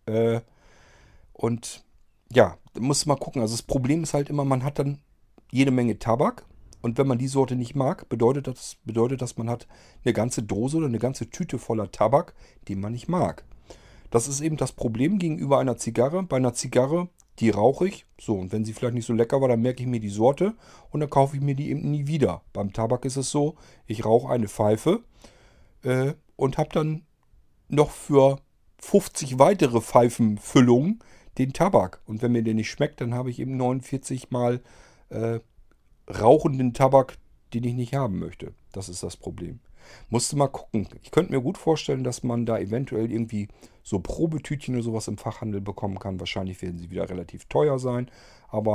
Und ja, da muss man gucken. Also das Problem ist halt immer, man hat dann jede Menge Tabak. Und wenn man die Sorte nicht mag, bedeutet das, man hat eine ganze Dose oder eine ganze Tüte voller Tabak, die man nicht mag. Das ist eben das Problem gegenüber einer Zigarre. Bei einer Zigarre, die rauche ich. So, und wenn sie vielleicht nicht so lecker war, dann merke ich mir die Sorte und dann kaufe ich mir die eben nie wieder. Beim Tabak ist es so, ich rauche eine Pfeife und habe dann noch für 50 weitere Pfeifenfüllungen den Tabak. Und wenn mir der nicht schmeckt, dann habe ich eben 49 Mal rauchenden Tabak, den ich nicht haben möchte. Das ist das Problem. Musste mal gucken. Ich könnte mir gut vorstellen, dass man da eventuell irgendwie so Probetütchen oder sowas im Fachhandel bekommen kann. Wahrscheinlich werden sie wieder relativ teuer sein. Aber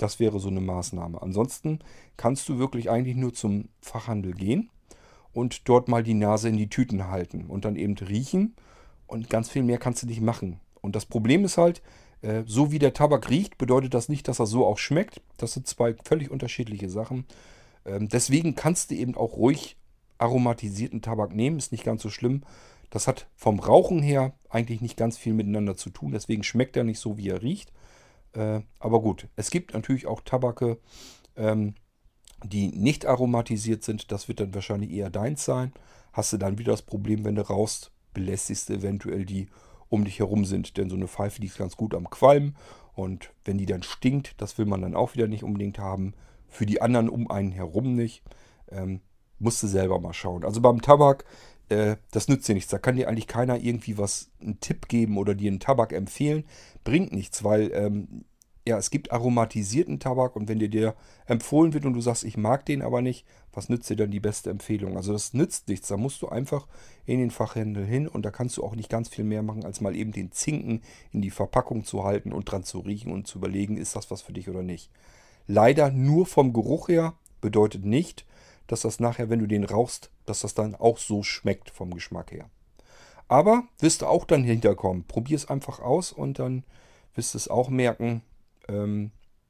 Das wäre so eine Maßnahme. Ansonsten kannst du wirklich eigentlich nur zum Fachhandel gehen und dort mal die Nase in die Tüten halten und dann eben riechen und ganz viel mehr kannst du nicht machen. Und das Problem ist halt, so wie der Tabak riecht, bedeutet das nicht, dass er so auch schmeckt. Das sind zwei völlig unterschiedliche Sachen. Deswegen kannst du eben auch ruhig aromatisierten Tabak nehmen, ist nicht ganz so schlimm. Das hat vom Rauchen her eigentlich nicht ganz viel miteinander zu tun, deswegen schmeckt er nicht so, wie er riecht. Aber gut, es gibt natürlich auch Tabake, ähm, die nicht aromatisiert sind. Das wird dann wahrscheinlich eher deins sein. Hast du dann wieder das Problem, wenn du rauchst, belästigst du eventuell die um dich herum sind. Denn so eine Pfeife, die ist ganz gut am Qualmen. Und wenn die dann stinkt, das will man dann auch wieder nicht unbedingt haben. Für die anderen um einen herum nicht. Musst du selber mal schauen. Also beim Tabak, das nützt dir nichts. Da kann dir eigentlich keiner irgendwie einen Tipp geben oder dir einen Tabak empfehlen. Bringt nichts, weil ja, es gibt aromatisierten Tabak und wenn dir der empfohlen wird und du sagst, ich mag den aber nicht, was nützt dir dann die beste Empfehlung? Also das nützt nichts. Da musst du einfach in den Fachhandel hin und da kannst du auch nicht ganz viel mehr machen, als mal eben den Zinken in die Verpackung zu halten und dran zu riechen und zu überlegen, ist das was für dich oder nicht. Leider nur vom Geruch her bedeutet nicht, dass das nachher, wenn du den rauchst, dass das dann auch so schmeckt vom Geschmack her. Aber wirst du auch dann hinterkommen. Probier es einfach aus und dann wirst du es auch merken. Ähm,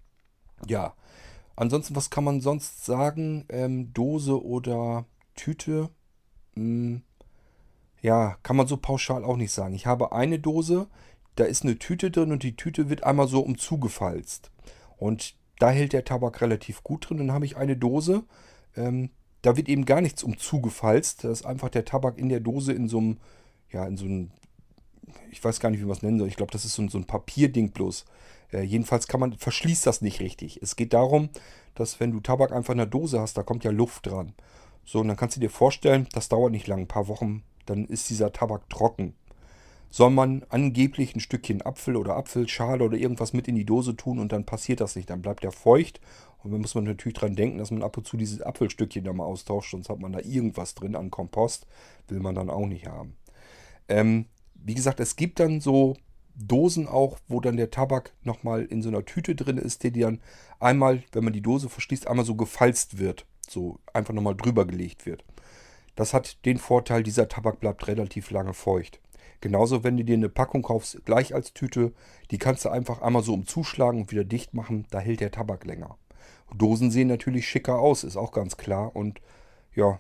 ja, ansonsten, was kann man sonst sagen? Dose oder Tüte? Hm, ja, kann man so pauschal auch nicht sagen. Ich habe eine Dose, da ist eine Tüte drin und die Tüte wird einmal so umzugefalzt. Und da hält der Tabak relativ gut drin. Dann habe ich eine Dose, da wird eben gar nichts umzugefalzt. Da ist einfach der Tabak in der Dose in so einem, ja, in so einem, ich weiß gar nicht, wie man es nennen soll. Ich glaube, das ist so ein Papierding bloß. Jedenfalls verschließt das nicht richtig. Es geht darum, dass wenn du Tabak einfach in der Dose hast, da kommt ja Luft dran. So, und dann kannst du dir vorstellen, das dauert nicht lang, ein paar Wochen, dann ist dieser Tabak trocken. Soll man angeblich ein Stückchen Apfel oder Apfelschale oder irgendwas mit in die Dose tun und dann passiert das nicht, dann bleibt der feucht. Und dann muss man natürlich dran denken, dass man ab und zu dieses Apfelstückchen da mal austauscht, sonst hat man da irgendwas drin an Kompost, will man dann auch nicht haben. Wie gesagt, es gibt dann so Dosen auch, wo dann der Tabak nochmal in so einer Tüte drin ist, die dann einmal, wenn man die Dose verschließt, einmal so gefalzt wird. So einfach nochmal drüber gelegt wird. Das hat den Vorteil, dieser Tabak bleibt relativ lange feucht. Genauso, wenn du dir eine Packung kaufst, gleich als Tüte, die kannst du einfach einmal so umzuschlagen und wieder dicht machen, da hält der Tabak länger. Dosen sehen natürlich schicker aus, ist auch ganz klar. Und ja,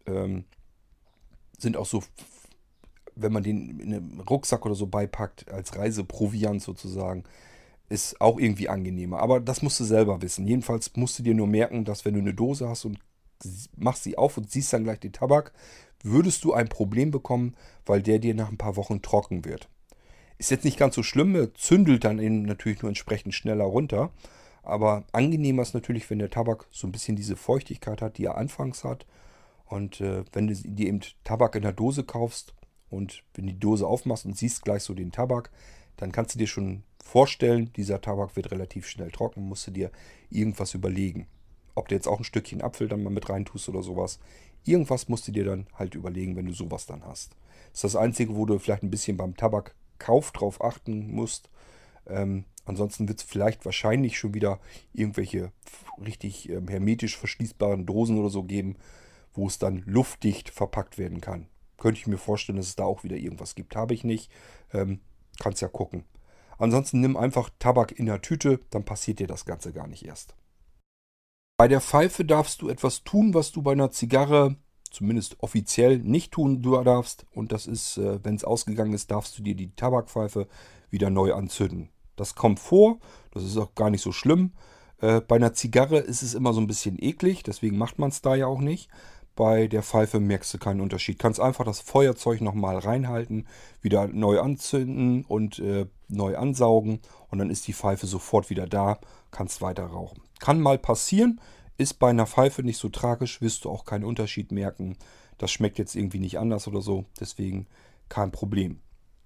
sind auch so, wenn man den in einem Rucksack oder so beipackt, als Reiseproviant sozusagen, ist auch irgendwie angenehmer. Aber das musst du selber wissen. Jedenfalls musst du dir nur merken, dass wenn du eine Dose hast und machst sie auf und siehst dann gleich den Tabak, würdest du ein Problem bekommen, weil der dir nach ein paar Wochen trocken wird. Ist jetzt nicht ganz so schlimm, er zündelt dann eben natürlich nur entsprechend schneller runter. Aber angenehmer ist natürlich, wenn der Tabak so ein bisschen diese Feuchtigkeit hat, die er anfangs hat. Und wenn du dir eben Tabak in der Dose kaufst und wenn du die Dose aufmachst und siehst gleich so den Tabak, dann kannst du dir schon vorstellen, dieser Tabak wird relativ schnell trocken, musst du dir irgendwas überlegen. Ob du jetzt auch ein Stückchen Apfel dann mal mit reintust oder sowas. Irgendwas musst du dir dann halt überlegen, wenn du sowas dann hast. Das ist das Einzige, wo du vielleicht ein bisschen beim Tabakkauf drauf achten musst. Ansonsten wird es vielleicht wahrscheinlich schon wieder irgendwelche richtig hermetisch verschließbaren Dosen oder so geben, wo es dann luftdicht verpackt werden kann. Könnte ich mir vorstellen, dass es da auch wieder irgendwas gibt. Habe ich nicht. Kannst ja gucken. Ansonsten nimm einfach Tabak in der Tüte, dann passiert dir das Ganze gar nicht erst. Bei der Pfeife darfst du etwas tun, was du bei einer Zigarre zumindest offiziell nicht tun darfst. Und das ist, wenn es ausgegangen ist, darfst du dir die Tabakpfeife wieder neu anzünden. Das kommt vor, das ist auch gar nicht so schlimm. Bei einer Zigarre ist es immer so ein bisschen eklig, deswegen macht man es da ja auch nicht. Bei der Pfeife merkst du keinen Unterschied. Kannst einfach das Feuerzeug nochmal reinhalten, wieder neu anzünden und neu ansaugen und dann ist die Pfeife sofort wieder da, kannst weiter rauchen. Kann mal passieren, ist bei einer Pfeife nicht so tragisch, wirst du auch keinen Unterschied merken. Das schmeckt jetzt irgendwie nicht anders oder so, deswegen kein Problem.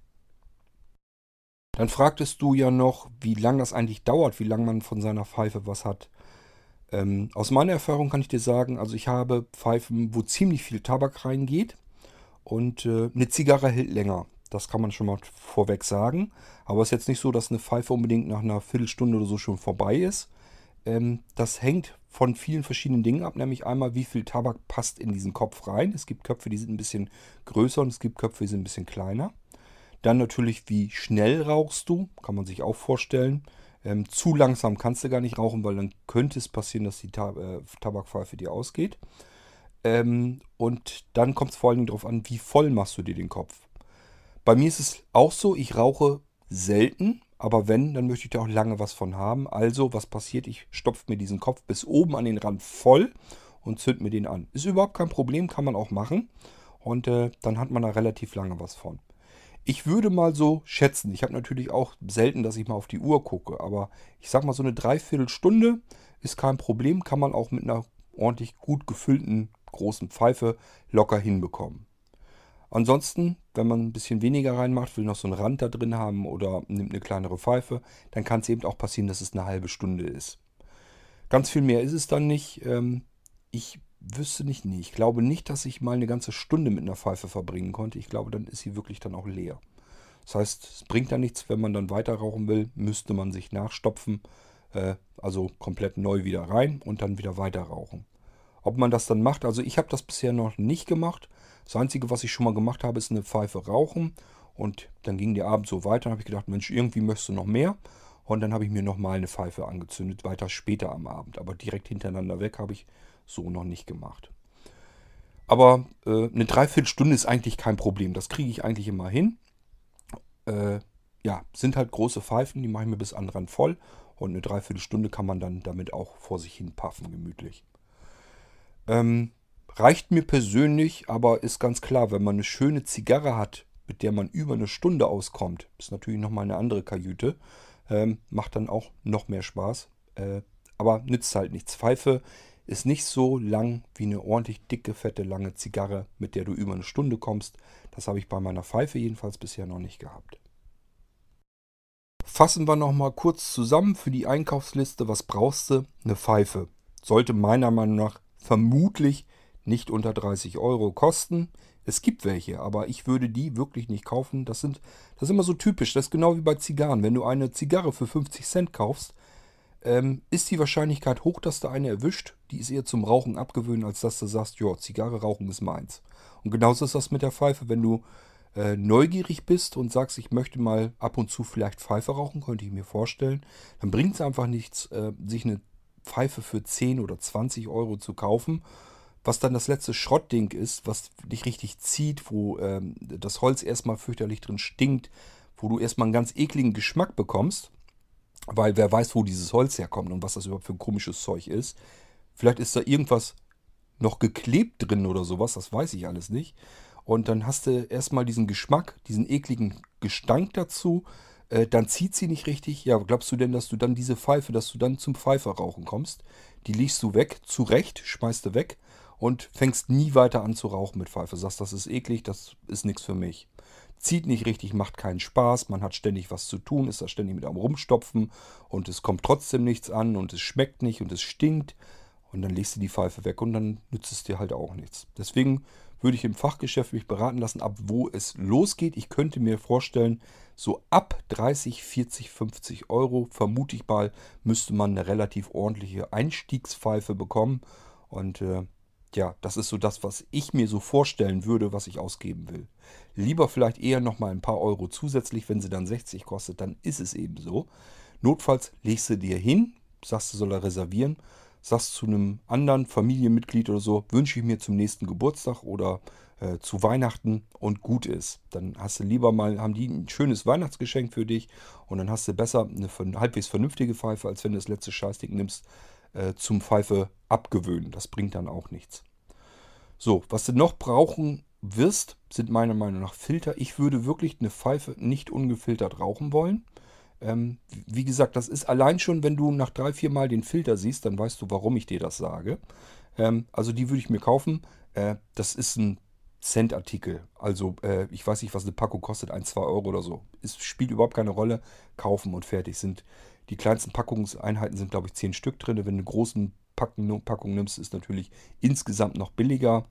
Dann fragtest du ja noch, wie lange das eigentlich dauert, wie lange man von seiner Pfeife was hat. Aus meiner Erfahrung kann ich dir sagen, also ich habe Pfeifen, wo ziemlich viel Tabak reingeht und eine Zigarre hält länger. Das kann man schon mal vorweg sagen. Aber es ist jetzt nicht so, dass eine Pfeife unbedingt nach einer Viertelstunde oder so schon vorbei ist. Das hängt von vielen verschiedenen Dingen ab, nämlich einmal, wie viel Tabak passt in diesen Kopf rein. Es gibt Köpfe, die sind ein bisschen größer und es gibt Köpfe, die sind ein bisschen kleiner. Dann natürlich, wie schnell rauchst du, kann man sich auch vorstellen. Zu langsam kannst du gar nicht rauchen, weil dann könnte es passieren, dass die Tabakpfeife dir ausgeht. Und dann kommt es vor allen Dingen darauf an, wie voll machst du dir den Kopf. Bei mir ist es auch so, ich rauche selten, aber wenn, dann möchte ich da auch lange was von haben. Also, was passiert? Ich stopfe mir diesen Kopf bis oben an den Rand voll und zünd mir den an. Ist überhaupt kein Problem, kann man auch machen. Und dann hat man da relativ lange was von. Ich würde mal so schätzen, ich habe natürlich auch selten, dass ich mal auf die Uhr gucke, aber ich sag mal, so eine Dreiviertelstunde ist kein Problem, kann man auch mit einer ordentlich gut gefüllten großen Pfeife locker hinbekommen. Ansonsten, wenn man ein bisschen weniger reinmacht, will noch so einen Rand da drin haben oder nimmt eine kleinere Pfeife, dann kann es eben auch passieren, dass es eine halbe Stunde ist. Ganz viel mehr ist es dann nicht. Ich wüsste nicht, nee, ich glaube nicht, dass ich mal eine ganze Stunde mit einer Pfeife verbringen konnte. Ich glaube, dann ist sie wirklich dann auch leer. Das heißt, es bringt dann nichts, wenn man dann weiter rauchen will, müsste man sich nachstopfen, also komplett neu wieder rein und dann wieder weiter rauchen. Ob man das dann macht, also ich habe das bisher noch nicht gemacht. Das Einzige, was ich schon mal gemacht habe, ist eine Pfeife rauchen. Und dann ging der Abend so weiter. Dann habe ich gedacht, Mensch, irgendwie möchtest du noch mehr. Und dann habe ich mir nochmal eine Pfeife angezündet, weiter später am Abend. Aber direkt hintereinander weg habe ich so noch nicht gemacht. Aber eine Dreiviertelstunde ist eigentlich kein Problem. Das kriege ich eigentlich immer hin. Äh, ja, sind halt große Pfeifen, die mache ich mir bis an den Rand voll. Und eine Dreiviertelstunde kann man dann damit auch vor sich hin paffen, gemütlich. Ähm, Reicht mir persönlich, aber ist ganz klar, wenn man eine schöne Zigarre hat, mit der man über eine Stunde auskommt, ist natürlich nochmal eine andere Kajüte. Macht dann auch noch mehr Spaß. Aber nützt halt nichts. Pfeife ist nicht so lang wie eine ordentlich dicke, fette, lange Zigarre, mit der du über eine Stunde kommst. Das habe ich bei meiner Pfeife jedenfalls bisher noch nicht gehabt. Fassen wir nochmal kurz zusammen für die Einkaufsliste. Was brauchst du? Eine Pfeife. Sollte meiner Meinung nach vermutlich nicht unter 30 Euro kosten. Es gibt welche, aber ich würde die wirklich nicht kaufen. Das ist immer so typisch. Das ist genau wie bei Zigarren. Wenn du eine Zigarre für 50 Cent kaufst, ist die Wahrscheinlichkeit hoch, dass du eine erwischt. Die ist eher zum Rauchen abgewöhnen, als dass du sagst, ja, Zigarre rauchen ist meins. Und genauso ist das mit der Pfeife. Wenn du neugierig bist und sagst, ich möchte mal ab und zu vielleicht Pfeife rauchen, könnte ich mir vorstellen, dann bringt es einfach nichts, sich eine Pfeife für 10 oder 20 Euro zu kaufen, was dann das letzte Schrottding ist, was dich richtig zieht, wo das Holz erstmal fürchterlich drin stinkt, wo du erstmal einen ganz ekligen Geschmack bekommst, weil wer weiß, wo dieses Holz herkommt und was das überhaupt für ein komisches Zeug ist. Vielleicht ist da irgendwas noch geklebt drin oder sowas, das weiß ich alles nicht. Und dann hast du erstmal diesen Geschmack, diesen ekligen Gestank dazu. Dann zieht sie nicht richtig. Ja, glaubst du denn, dass du dann diese Pfeife, dass du dann zum Pfeiferauchen kommst? Die legst du weg, zurecht, schmeißt du weg und fängst nie weiter an zu rauchen mit Pfeife. Sagst, das ist eklig, das ist nichts für mich. Zieht nicht richtig, macht keinen Spaß, man hat ständig was zu tun, ist da ständig mit am Rumstopfen und es kommt trotzdem nichts an und es schmeckt nicht und es stinkt. Und dann legst du die Pfeife weg und dann nützt es dir halt auch nichts. Deswegen würde ich im Fachgeschäft mich beraten lassen, ab wo es losgeht. Ich könnte mir vorstellen, so ab 30, 40, 50 Euro, vermute ich mal, müsste man eine relativ ordentliche Einstiegspfeife bekommen. Und ja, das ist so das, was ich mir so vorstellen würde, was ich ausgeben will. Lieber vielleicht eher nochmal ein paar Euro zusätzlich, wenn sie dann 60 kostet, dann ist es eben so. Notfalls legst du dir hin, sagst du, soll er reservieren, sagst zu einem anderen Familienmitglied oder so, wünsche ich mir zum nächsten Geburtstag oder zu Weihnachten und gut ist. Dann hast du lieber mal, haben die ein schönes Weihnachtsgeschenk für dich und dann hast du besser eine halbwegs vernünftige Pfeife, als wenn du das letzte Scheißding nimmst, zum Pfeife abgewöhnen. Das bringt dann auch nichts. So, was du noch brauchen wirst, sind meiner Meinung nach Filter. Ich würde wirklich eine Pfeife nicht ungefiltert rauchen wollen. Wie gesagt, das ist allein schon, wenn du nach 3, 4 Mal den Filter siehst, dann weißt du, warum ich dir das sage. Also die würde ich mir kaufen. Das ist ein Cent-Artikel. Also ich weiß nicht, was eine Packung kostet, 1, 2 Euro oder so. Es spielt überhaupt keine Rolle. Kaufen und fertig sind. Die kleinsten Packungseinheiten sind, glaube ich, 10 Stück drin. Wenn du eine große Packung nimmst, ist natürlich insgesamt noch billiger.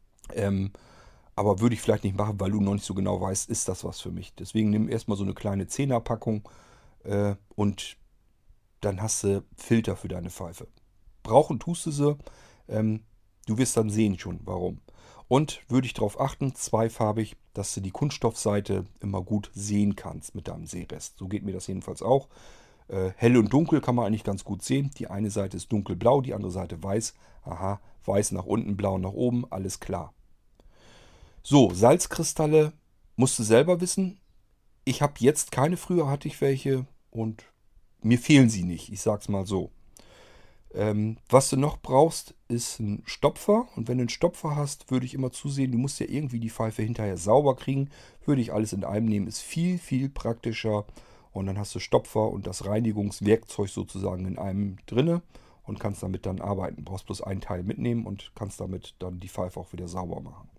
Aber würde ich vielleicht nicht machen, weil du noch nicht so genau weißt, ist das was für mich. Deswegen nimm erstmal so eine kleine 10er-Packung und dann hast du Filter für deine Pfeife. Brauchen tust du sie. Ähm, Du wirst dann sehen schon, warum. Und würde ich darauf achten, zweifarbig, dass du die Kunststoffseite immer gut sehen kannst mit deinem Sehrest. So geht mir das jedenfalls auch. Hell und dunkel kann man eigentlich ganz gut sehen. Die eine Seite ist dunkelblau, die andere Seite weiß. Aha, weiß nach unten, blau nach oben, alles klar. So, Salzkristalle musst du selber wissen. Ich habe jetzt keine, früher hatte ich welche und mir fehlen sie nicht, ich sag's mal so. Was du noch brauchst, ist ein Stopfer. Und wenn du einen Stopfer hast, würde ich immer zusehen, du musst ja irgendwie die Pfeife hinterher sauber kriegen. Würde ich alles in einem nehmen, ist viel, viel praktischer. Und dann hast du Stopfer und das Reinigungswerkzeug sozusagen in einem drinne und kannst damit dann arbeiten. Brauchst bloß einen Teil mitnehmen und kannst damit dann die Pfeife auch wieder sauber machen.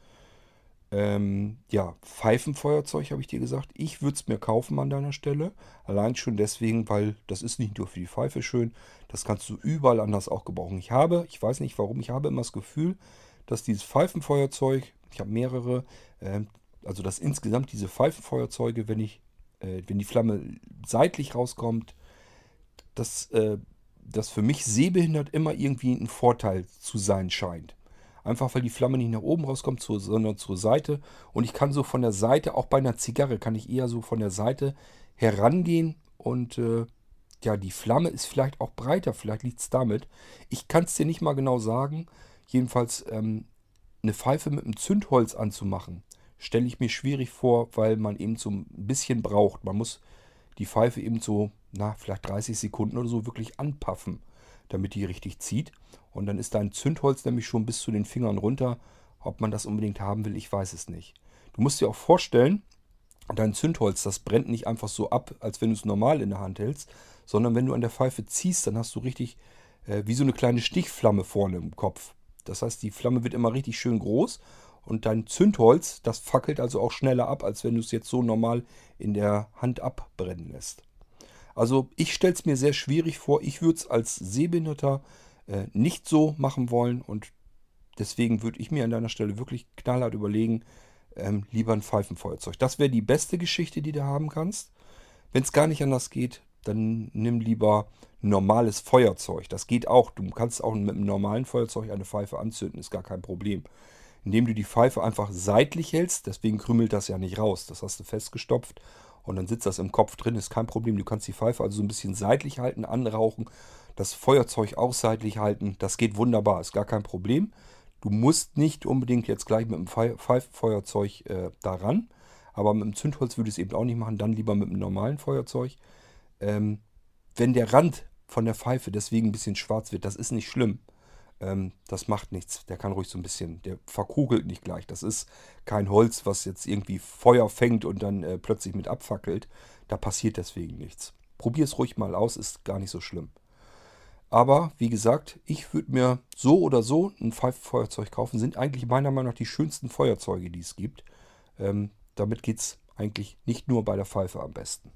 Ja, Pfeifenfeuerzeug habe ich dir gesagt. Ich würde es mir kaufen an deiner Stelle. Allein schon deswegen, weil das ist nicht nur für die Pfeife schön. Das kannst du überall anders auch gebrauchen. Ich weiß nicht warum, ich habe immer das Gefühl, dass dieses Pfeifenfeuerzeug, ich habe mehrere, also dass insgesamt diese Pfeifenfeuerzeuge, wenn die Flamme seitlich rauskommt, das für mich sehbehindert immer irgendwie ein Vorteil zu sein scheint. Einfach weil die Flamme nicht nach oben rauskommt, sondern zur Seite. Und ich kann so von der Seite, auch bei einer Zigarre, kann ich eher so von der Seite herangehen. Und ja, die Flamme ist vielleicht auch breiter, vielleicht liegt es damit. Ich kann es dir nicht mal genau sagen. Jedenfalls eine Pfeife mit einem Zündholz anzumachen, stelle ich mir schwierig vor, weil man eben so ein bisschen braucht. Man muss die Pfeife eben so, na, vielleicht 30 Sekunden oder so wirklich anpaffen, damit die richtig zieht. Und dann ist dein Zündholz nämlich schon bis zu den Fingern runter. Ob man das unbedingt haben will, ich weiß es nicht. Du musst dir auch vorstellen, dein Zündholz, das brennt nicht einfach so ab, als wenn du es normal in der Hand hältst, sondern wenn du an der Pfeife ziehst, dann hast du richtig wie so eine kleine Stichflamme vorne im Kopf. Das heißt, die Flamme wird immer richtig schön groß und dein Zündholz, das fackelt also auch schneller ab, als wenn du es jetzt so normal in der Hand abbrennen lässt. Also ich stelle es mir sehr schwierig vor. Ich würde es als Sehbehinderter nicht so machen wollen und deswegen würde ich mir an deiner Stelle wirklich knallhart überlegen, lieber ein Pfeifenfeuerzeug. Das wäre die beste Geschichte, die du haben kannst. Wenn es gar nicht anders geht, dann nimm lieber ein normales Feuerzeug. Das geht auch. Du kannst auch mit einem normalen Feuerzeug eine Pfeife anzünden, ist gar kein Problem. Indem du die Pfeife einfach seitlich hältst, deswegen krümelt das ja nicht raus. Das hast du festgestopft und dann sitzt das im Kopf drin, ist kein Problem. Du kannst die Pfeife also so ein bisschen seitlich halten, anrauchen, das Feuerzeug auch seitlich halten. Das geht wunderbar, ist gar kein Problem. Du musst nicht unbedingt jetzt gleich mit dem Pfeifenfeuerzeug daran, aber mit dem Zündholz würde ich es eben auch nicht machen, dann lieber mit einem normalen Feuerzeug. Wenn der Rand von der Pfeife deswegen ein bisschen schwarz wird, das ist nicht schlimm. Das macht nichts. Der kann ruhig so ein bisschen, der verkugelt nicht gleich. Das ist kein Holz, was jetzt irgendwie Feuer fängt und dann plötzlich mit abfackelt. Da passiert deswegen nichts. Probier es ruhig mal aus, ist gar nicht so schlimm. Aber wie gesagt, ich würde mir so oder so ein Pfeifenfeuerzeug kaufen. Sind eigentlich meiner Meinung nach die schönsten Feuerzeuge, die es gibt. Damit geht es eigentlich nicht nur bei der Pfeife am besten.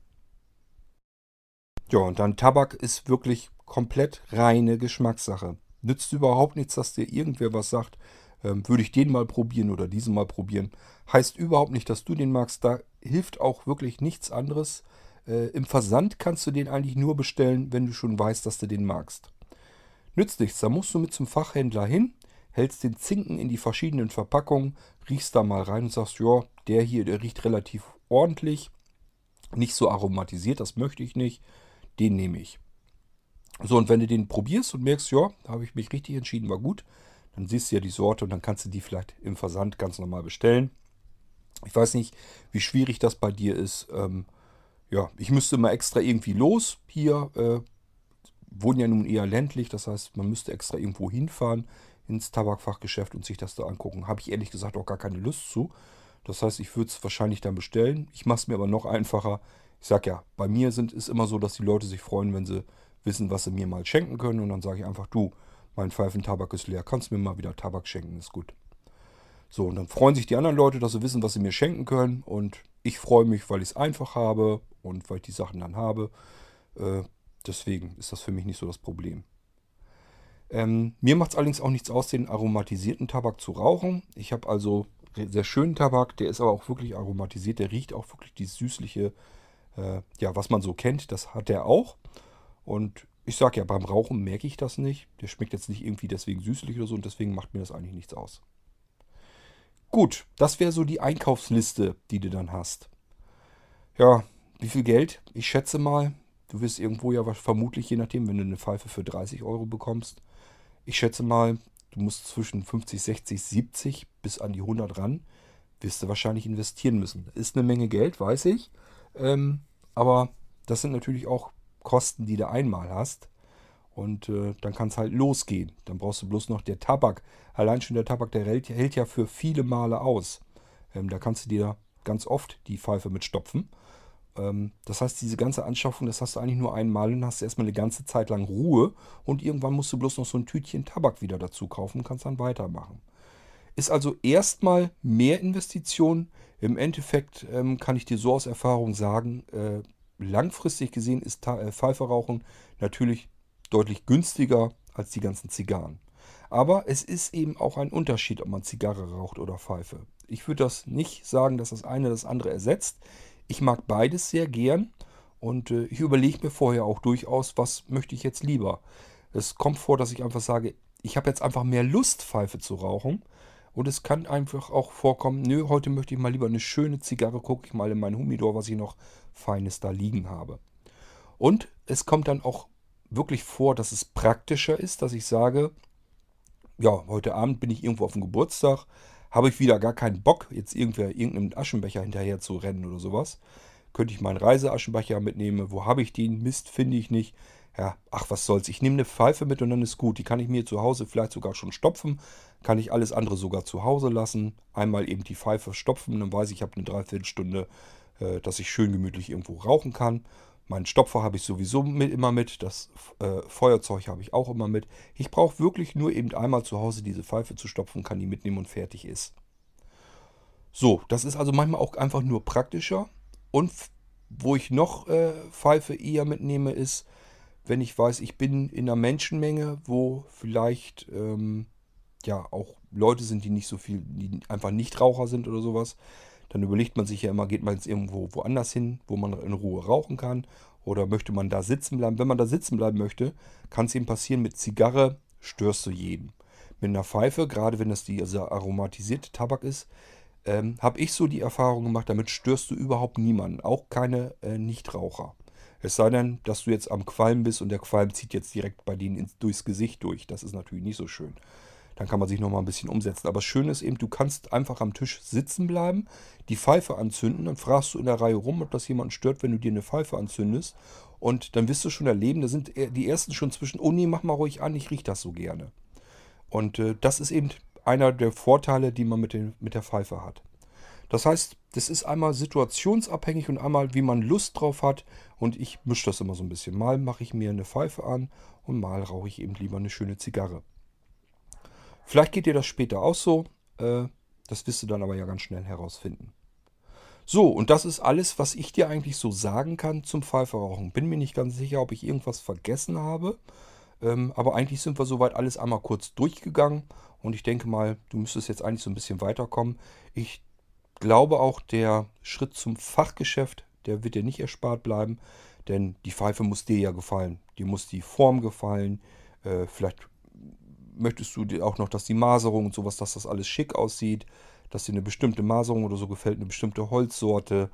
Ja, und dann Tabak ist wirklich komplett reine Geschmackssache. Nützt überhaupt nichts, dass dir irgendwer was sagt, würde ich den mal probieren oder diesen mal probieren. Heißt überhaupt nicht, dass du den magst. Da hilft auch wirklich nichts anderes. Im Versand kannst du den eigentlich nur bestellen, wenn du schon weißt, dass du den magst. Nützt nichts, da musst du mit zum Fachhändler hin, hältst den Zinken in die verschiedenen Verpackungen, riechst da mal rein und sagst, ja, der hier, der riecht relativ ordentlich, nicht so aromatisiert, das möchte ich nicht, den nehme ich. So, und wenn du den probierst und merkst, ja, da habe ich mich richtig entschieden, war gut, dann siehst du ja die Sorte und dann kannst du die vielleicht im Versand ganz normal bestellen. Ich weiß nicht, wie schwierig das bei dir ist. Ja, ich müsste mal extra irgendwie los. Hier wohnen ja nun eher ländlich, das heißt, man müsste extra irgendwo hinfahren ins Tabakfachgeschäft und sich das da angucken. Habe ich ehrlich gesagt auch gar keine Lust zu. Das heißt, ich würde es wahrscheinlich dann bestellen. Ich mache es mir aber noch einfacher. Ich sage ja, bei mir ist immer so, dass die Leute sich freuen, wenn sie wissen, was sie mir mal schenken können. Und dann sage ich einfach, du, mein Pfeifentabak ist leer, kannst mir mal wieder Tabak schenken, ist gut. So, und dann freuen sich die anderen Leute, dass sie wissen, was sie mir schenken können. Und ich freue mich, weil ich es einfach habe und weil ich die Sachen dann habe. Äh, Deswegen ist das für mich nicht so das Problem. Mir macht es allerdings auch nichts aus, den aromatisierten Tabak zu rauchen. Ich habe also sehr schönen Tabak, der ist aber auch wirklich aromatisiert. Der riecht auch wirklich dieses süßliche, ja, was man so kennt, das hat er auch. Und ich sage ja, beim Rauchen merke ich das nicht. Der schmeckt jetzt nicht irgendwie deswegen süßlich oder so und deswegen macht mir das eigentlich nichts aus. Gut, das wäre so die Einkaufsliste, die du dann hast. Ja, wie viel Geld? Ich schätze mal, du wirst irgendwo ja vermutlich, je nachdem, wenn du eine Pfeife für 30 Euro bekommst, ich schätze mal, du musst zwischen 50, 60, 70 bis an die 100 ran, wirst du wahrscheinlich investieren müssen. Ist eine Menge Geld, weiß ich. Aber das sind natürlich auch Kosten, die du einmal hast. Und dann kann es halt losgehen. Dann brauchst du bloß noch der Tabak. Allein schon der Tabak, der hält ja für viele Male aus. Da kannst du dir ganz oft die Pfeife mit stopfen. Das heißt, diese ganze Anschaffung, das hast du eigentlich nur einmal und hast erstmal eine ganze Zeit lang Ruhe. Und irgendwann musst du bloß noch so ein Tütchen Tabak wieder dazu kaufen und kannst dann weitermachen. Ist also erstmal mehr Investition. Im Endeffekt kann ich dir so aus Erfahrung sagen, langfristig gesehen ist Pfeife rauchen natürlich deutlich günstiger als die ganzen Zigarren. Aber es ist eben auch ein Unterschied, ob man Zigarre raucht oder Pfeife. Ich würde das nicht sagen, dass das eine das andere ersetzt. Ich mag beides sehr gern und ich überlege mir vorher auch durchaus, was möchte ich jetzt lieber. Es kommt vor, dass ich einfach sage, ich habe jetzt einfach mehr Lust, Pfeife zu rauchen. Und es kann einfach auch vorkommen, nö, heute möchte ich mal lieber eine schöne Zigarre, gucke ich mal in mein Humidor, was ich noch Feines da liegen habe. Und es kommt dann auch wirklich vor, dass es praktischer ist, dass ich sage, ja, heute Abend bin ich irgendwo auf dem Geburtstag, habe ich wieder gar keinen Bock, jetzt irgendeinem Aschenbecher hinterher zu rennen oder sowas. Könnte ich meinen Reiseaschenbecher mitnehmen? Wo habe ich den? Mist, finde ich nicht. Ja, ach, was soll's. Ich nehme eine Pfeife mit und dann ist gut. Die kann ich mir zu Hause vielleicht sogar schon stopfen. Kann ich alles andere sogar zu Hause lassen. Einmal eben die Pfeife stopfen, dann weiß ich, ich habe eine Dreiviertelstunde, dass ich schön gemütlich irgendwo rauchen kann. Meinen Stopfer habe ich sowieso immer mit. Das Feuerzeug habe ich auch immer mit. Ich brauche wirklich nur eben einmal zu Hause diese Pfeife zu stopfen, kann die mitnehmen und fertig ist. So, das ist also manchmal auch einfach nur praktischer. Und wo ich noch Pfeife eher mitnehme, ist, wenn ich weiß, ich bin in einer Menschenmenge, wo vielleicht ja auch Leute sind, die nicht so viel, die einfach Nichtraucher sind oder sowas. Dann überlegt man sich ja immer, geht man jetzt irgendwo woanders hin, wo man in Ruhe rauchen kann? Oder möchte man da sitzen bleiben? Wenn man da sitzen bleiben möchte, kann es eben passieren, mit Zigarre störst du jeden. Mit einer Pfeife, gerade wenn das dieser aromatisierte Tabak ist, habe ich so die Erfahrung gemacht, damit störst du überhaupt niemanden, auch keine Nichtraucher. Es sei denn, dass du jetzt am Qualm bist und der Qualm zieht jetzt direkt bei denen durchs Gesicht durch. Das ist natürlich nicht so schön. Dann kann man sich nochmal ein bisschen umsetzen. Aber schön ist eben, du kannst einfach am Tisch sitzen bleiben, die Pfeife anzünden, dann fragst du in der Reihe rum, ob das jemanden stört, wenn du dir eine Pfeife anzündest. Und dann wirst du schon erleben, da sind die ersten schon zwischen, oh nee, mach mal ruhig an, ich rieche das so gerne. Und das ist eben einer der Vorteile, die man mit der Pfeife hat. Das heißt, das ist einmal situationsabhängig und einmal, wie man Lust drauf hat. Und ich mische das immer so ein bisschen. Mal mache ich mir eine Pfeife an und mal rauche ich eben lieber eine schöne Zigarre. Vielleicht geht dir das später auch so. Das wirst du dann aber ja ganz schnell herausfinden. So, und das ist alles, was ich dir eigentlich so sagen kann zum Pfeiferauchen. Bin mir nicht ganz sicher, ob ich irgendwas vergessen habe. Aber eigentlich sind wir soweit alles einmal kurz durchgegangen. Und ich denke mal, du müsstest jetzt eigentlich so ein bisschen weiterkommen. Ich glaube auch, der Schritt zum Fachgeschäft, der wird dir nicht erspart bleiben. Denn die Pfeife muss dir ja gefallen. Dir muss die Form gefallen. Vielleicht möchtest du dir auch noch, dass die Maserung und sowas, dass das alles schick aussieht, dass dir eine bestimmte Maserung oder so gefällt, eine bestimmte Holzsorte,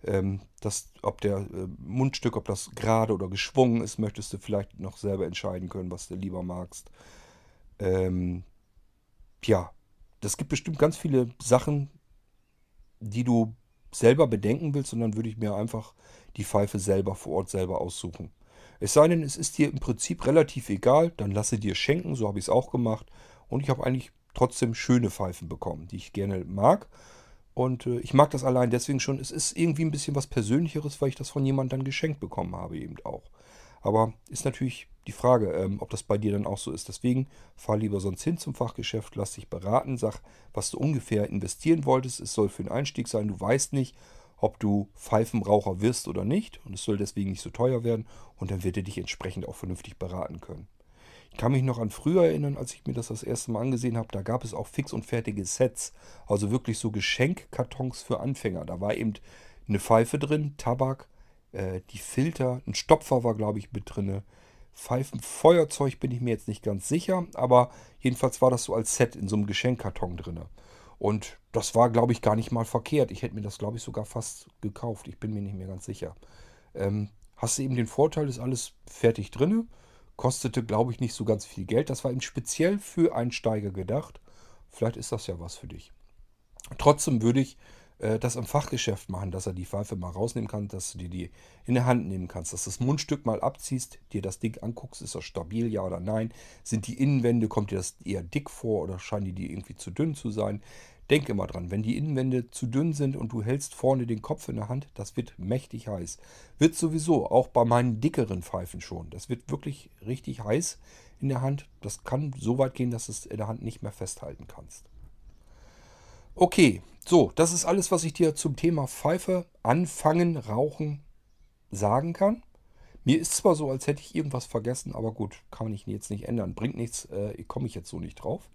ob der Mundstück, ob das gerade oder geschwungen ist, möchtest du vielleicht noch selber entscheiden können, was du lieber magst. Ähm, ja, das gibt bestimmt ganz viele Sachen, die du selber bedenken willst und dann würde ich mir einfach die Pfeife selber vor Ort selber aussuchen. Es sei denn, es ist dir im Prinzip relativ egal, dann lasse dir schenken, so habe ich es auch gemacht. Und ich habe eigentlich trotzdem schöne Pfeifen bekommen, die ich gerne mag. Und ich mag das allein deswegen schon. Es ist irgendwie ein bisschen was Persönlicheres, weil ich das von jemandem dann geschenkt bekommen habe eben auch. Aber ist natürlich die Frage, ob das bei dir dann auch so ist. Deswegen fahr lieber sonst hin zum Fachgeschäft, lass dich beraten, sag, was du ungefähr investieren wolltest. Es soll für den Einstieg sein. Du weißt nicht, ob du Pfeifenraucher wirst oder nicht. Und es soll deswegen nicht so teuer werden. Und dann wird er dich entsprechend auch vernünftig beraten können. Ich kann mich noch an früher erinnern, als ich mir das erste Mal angesehen habe. Da gab es auch fix und fertige Sets. Also wirklich so Geschenkkartons für Anfänger. Da war eben eine Pfeife drin, Tabak, die Filter, ein Stopfer war, glaube ich, mit drin. Pfeifenfeuerzeug bin ich mir jetzt nicht ganz sicher, aber jedenfalls war das so als Set in so einem Geschenkkarton drin. Und das war, glaube ich, gar nicht mal verkehrt. Ich hätte mir das, glaube ich, sogar fast gekauft. Ich bin mir nicht mehr ganz sicher. Hast du eben den Vorteil, ist alles fertig drin. Kostete, glaube ich, nicht so ganz viel Geld. Das war eben speziell für Einsteiger gedacht. Vielleicht ist das ja was für dich. Trotzdem würde ich das im Fachgeschäft machen, dass er die Pfeife mal rausnehmen kann, dass du dir die in der Hand nehmen kannst, dass du das Mundstück mal abziehst, dir das Ding anguckst, ist das stabil, ja oder nein? Sind die Innenwände, kommt dir das eher dick vor oder scheinen die irgendwie zu dünn zu sein? Denk immer dran, wenn die Innenwände zu dünn sind und du hältst vorne den Kopf in der Hand, das wird mächtig heiß. Wird sowieso, auch bei meinen dickeren Pfeifen schon. Das wird wirklich richtig heiß in der Hand. Das kann so weit gehen, dass du es in der Hand nicht mehr festhalten kannst. Okay, so, das ist alles, was ich dir zum Thema Pfeife, Anfangen, Rauchen sagen kann. Mir ist zwar so, als hätte ich irgendwas vergessen, aber gut, kann ich jetzt nicht ändern. Bringt nichts, komme ich jetzt so nicht drauf.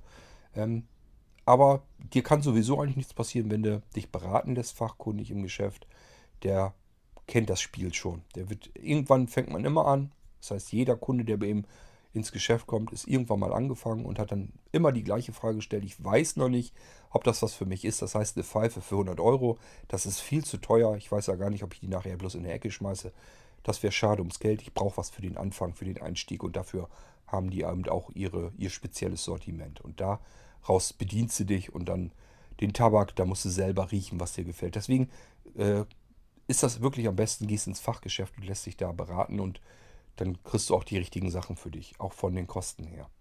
Aber dir kann sowieso eigentlich nichts passieren, wenn du dich beraten lässt, fachkundig im Geschäft. Der kennt das Spiel schon. Irgendwann fängt man immer an. Das heißt, jeder Kunde, der bei ihm ins Geschäft kommt, ist irgendwann mal angefangen und hat dann immer die gleiche Frage gestellt. Ich weiß noch nicht, ob das was für mich ist. Das heißt, eine Pfeife für 100 Euro, das ist viel zu teuer. Ich weiß ja gar nicht, ob ich die nachher bloß in der Ecke schmeiße. Das wäre schade ums Geld. Ich brauche was für den Anfang, für den Einstieg und dafür haben die eben auch ihr spezielles Sortiment. Und daraus bedienst du dich und dann den Tabak, da musst du selber riechen, was dir gefällt. Deswegen ist das wirklich am besten, gehst ins Fachgeschäft und lässt dich da beraten und dann kriegst du auch die richtigen Sachen für dich, auch von den Kosten her.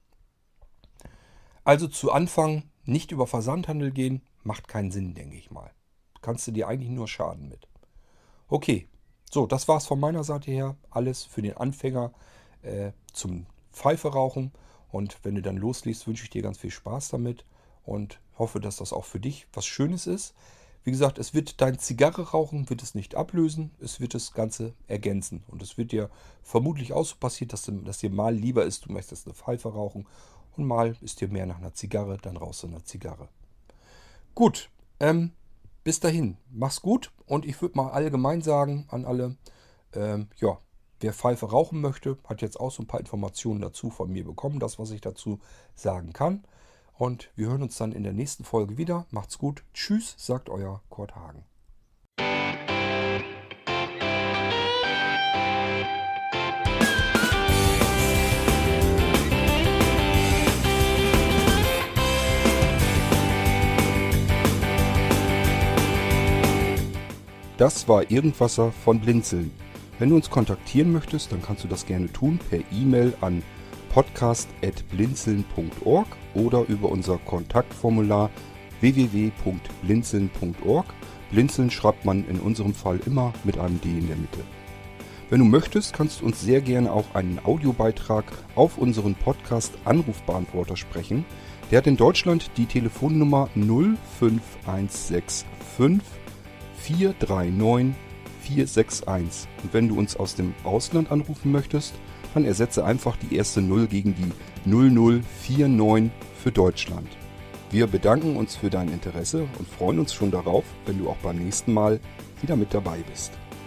Also zu Anfang nicht über Versandhandel gehen, macht keinen Sinn, denke ich mal. Kannst du dir eigentlich nur schaden mit. Okay, so, das war's von meiner Seite her. Alles für den Anfänger zum Pfeife rauchen. Und wenn du dann loslegst, wünsche ich dir ganz viel Spaß damit und hoffe, dass das auch für dich was Schönes ist. Wie gesagt, es wird dein Zigarre rauchen, wird es nicht ablösen, es wird das Ganze ergänzen. Und es wird dir vermutlich auch so passieren, dass dir mal lieber ist, du möchtest eine Pfeife rauchen und mal ist dir mehr nach einer Zigarre, dann rauchst du eine Zigarre. Gut, bis dahin, mach's gut und ich würde mal allgemein sagen an alle, ja, wer Pfeife rauchen möchte, hat jetzt auch so ein paar Informationen dazu von mir bekommen, das, was ich dazu sagen kann. Und wir hören uns dann in der nächsten Folge wieder. Macht's gut. Tschüss, sagt euer Kurt Hagen. Das war Irgendwasser von Blinzeln. Wenn du uns kontaktieren möchtest, dann kannst du das gerne tun per E-Mail an podcast@blinzeln.org oder über unser Kontaktformular www.blinzeln.org. Blinzeln schreibt man in unserem Fall immer mit einem D in der Mitte. Wenn du möchtest, kannst du uns sehr gerne auch einen Audiobeitrag auf unseren Podcast Anrufbeantworter sprechen. Der hat in Deutschland die Telefonnummer 05165 439 461. Und wenn du uns aus dem Ausland anrufen möchtest, dann ersetze einfach die erste 0 gegen die 0049 für Deutschland. Wir bedanken uns für dein Interesse und freuen uns schon darauf, wenn du auch beim nächsten Mal wieder mit dabei bist.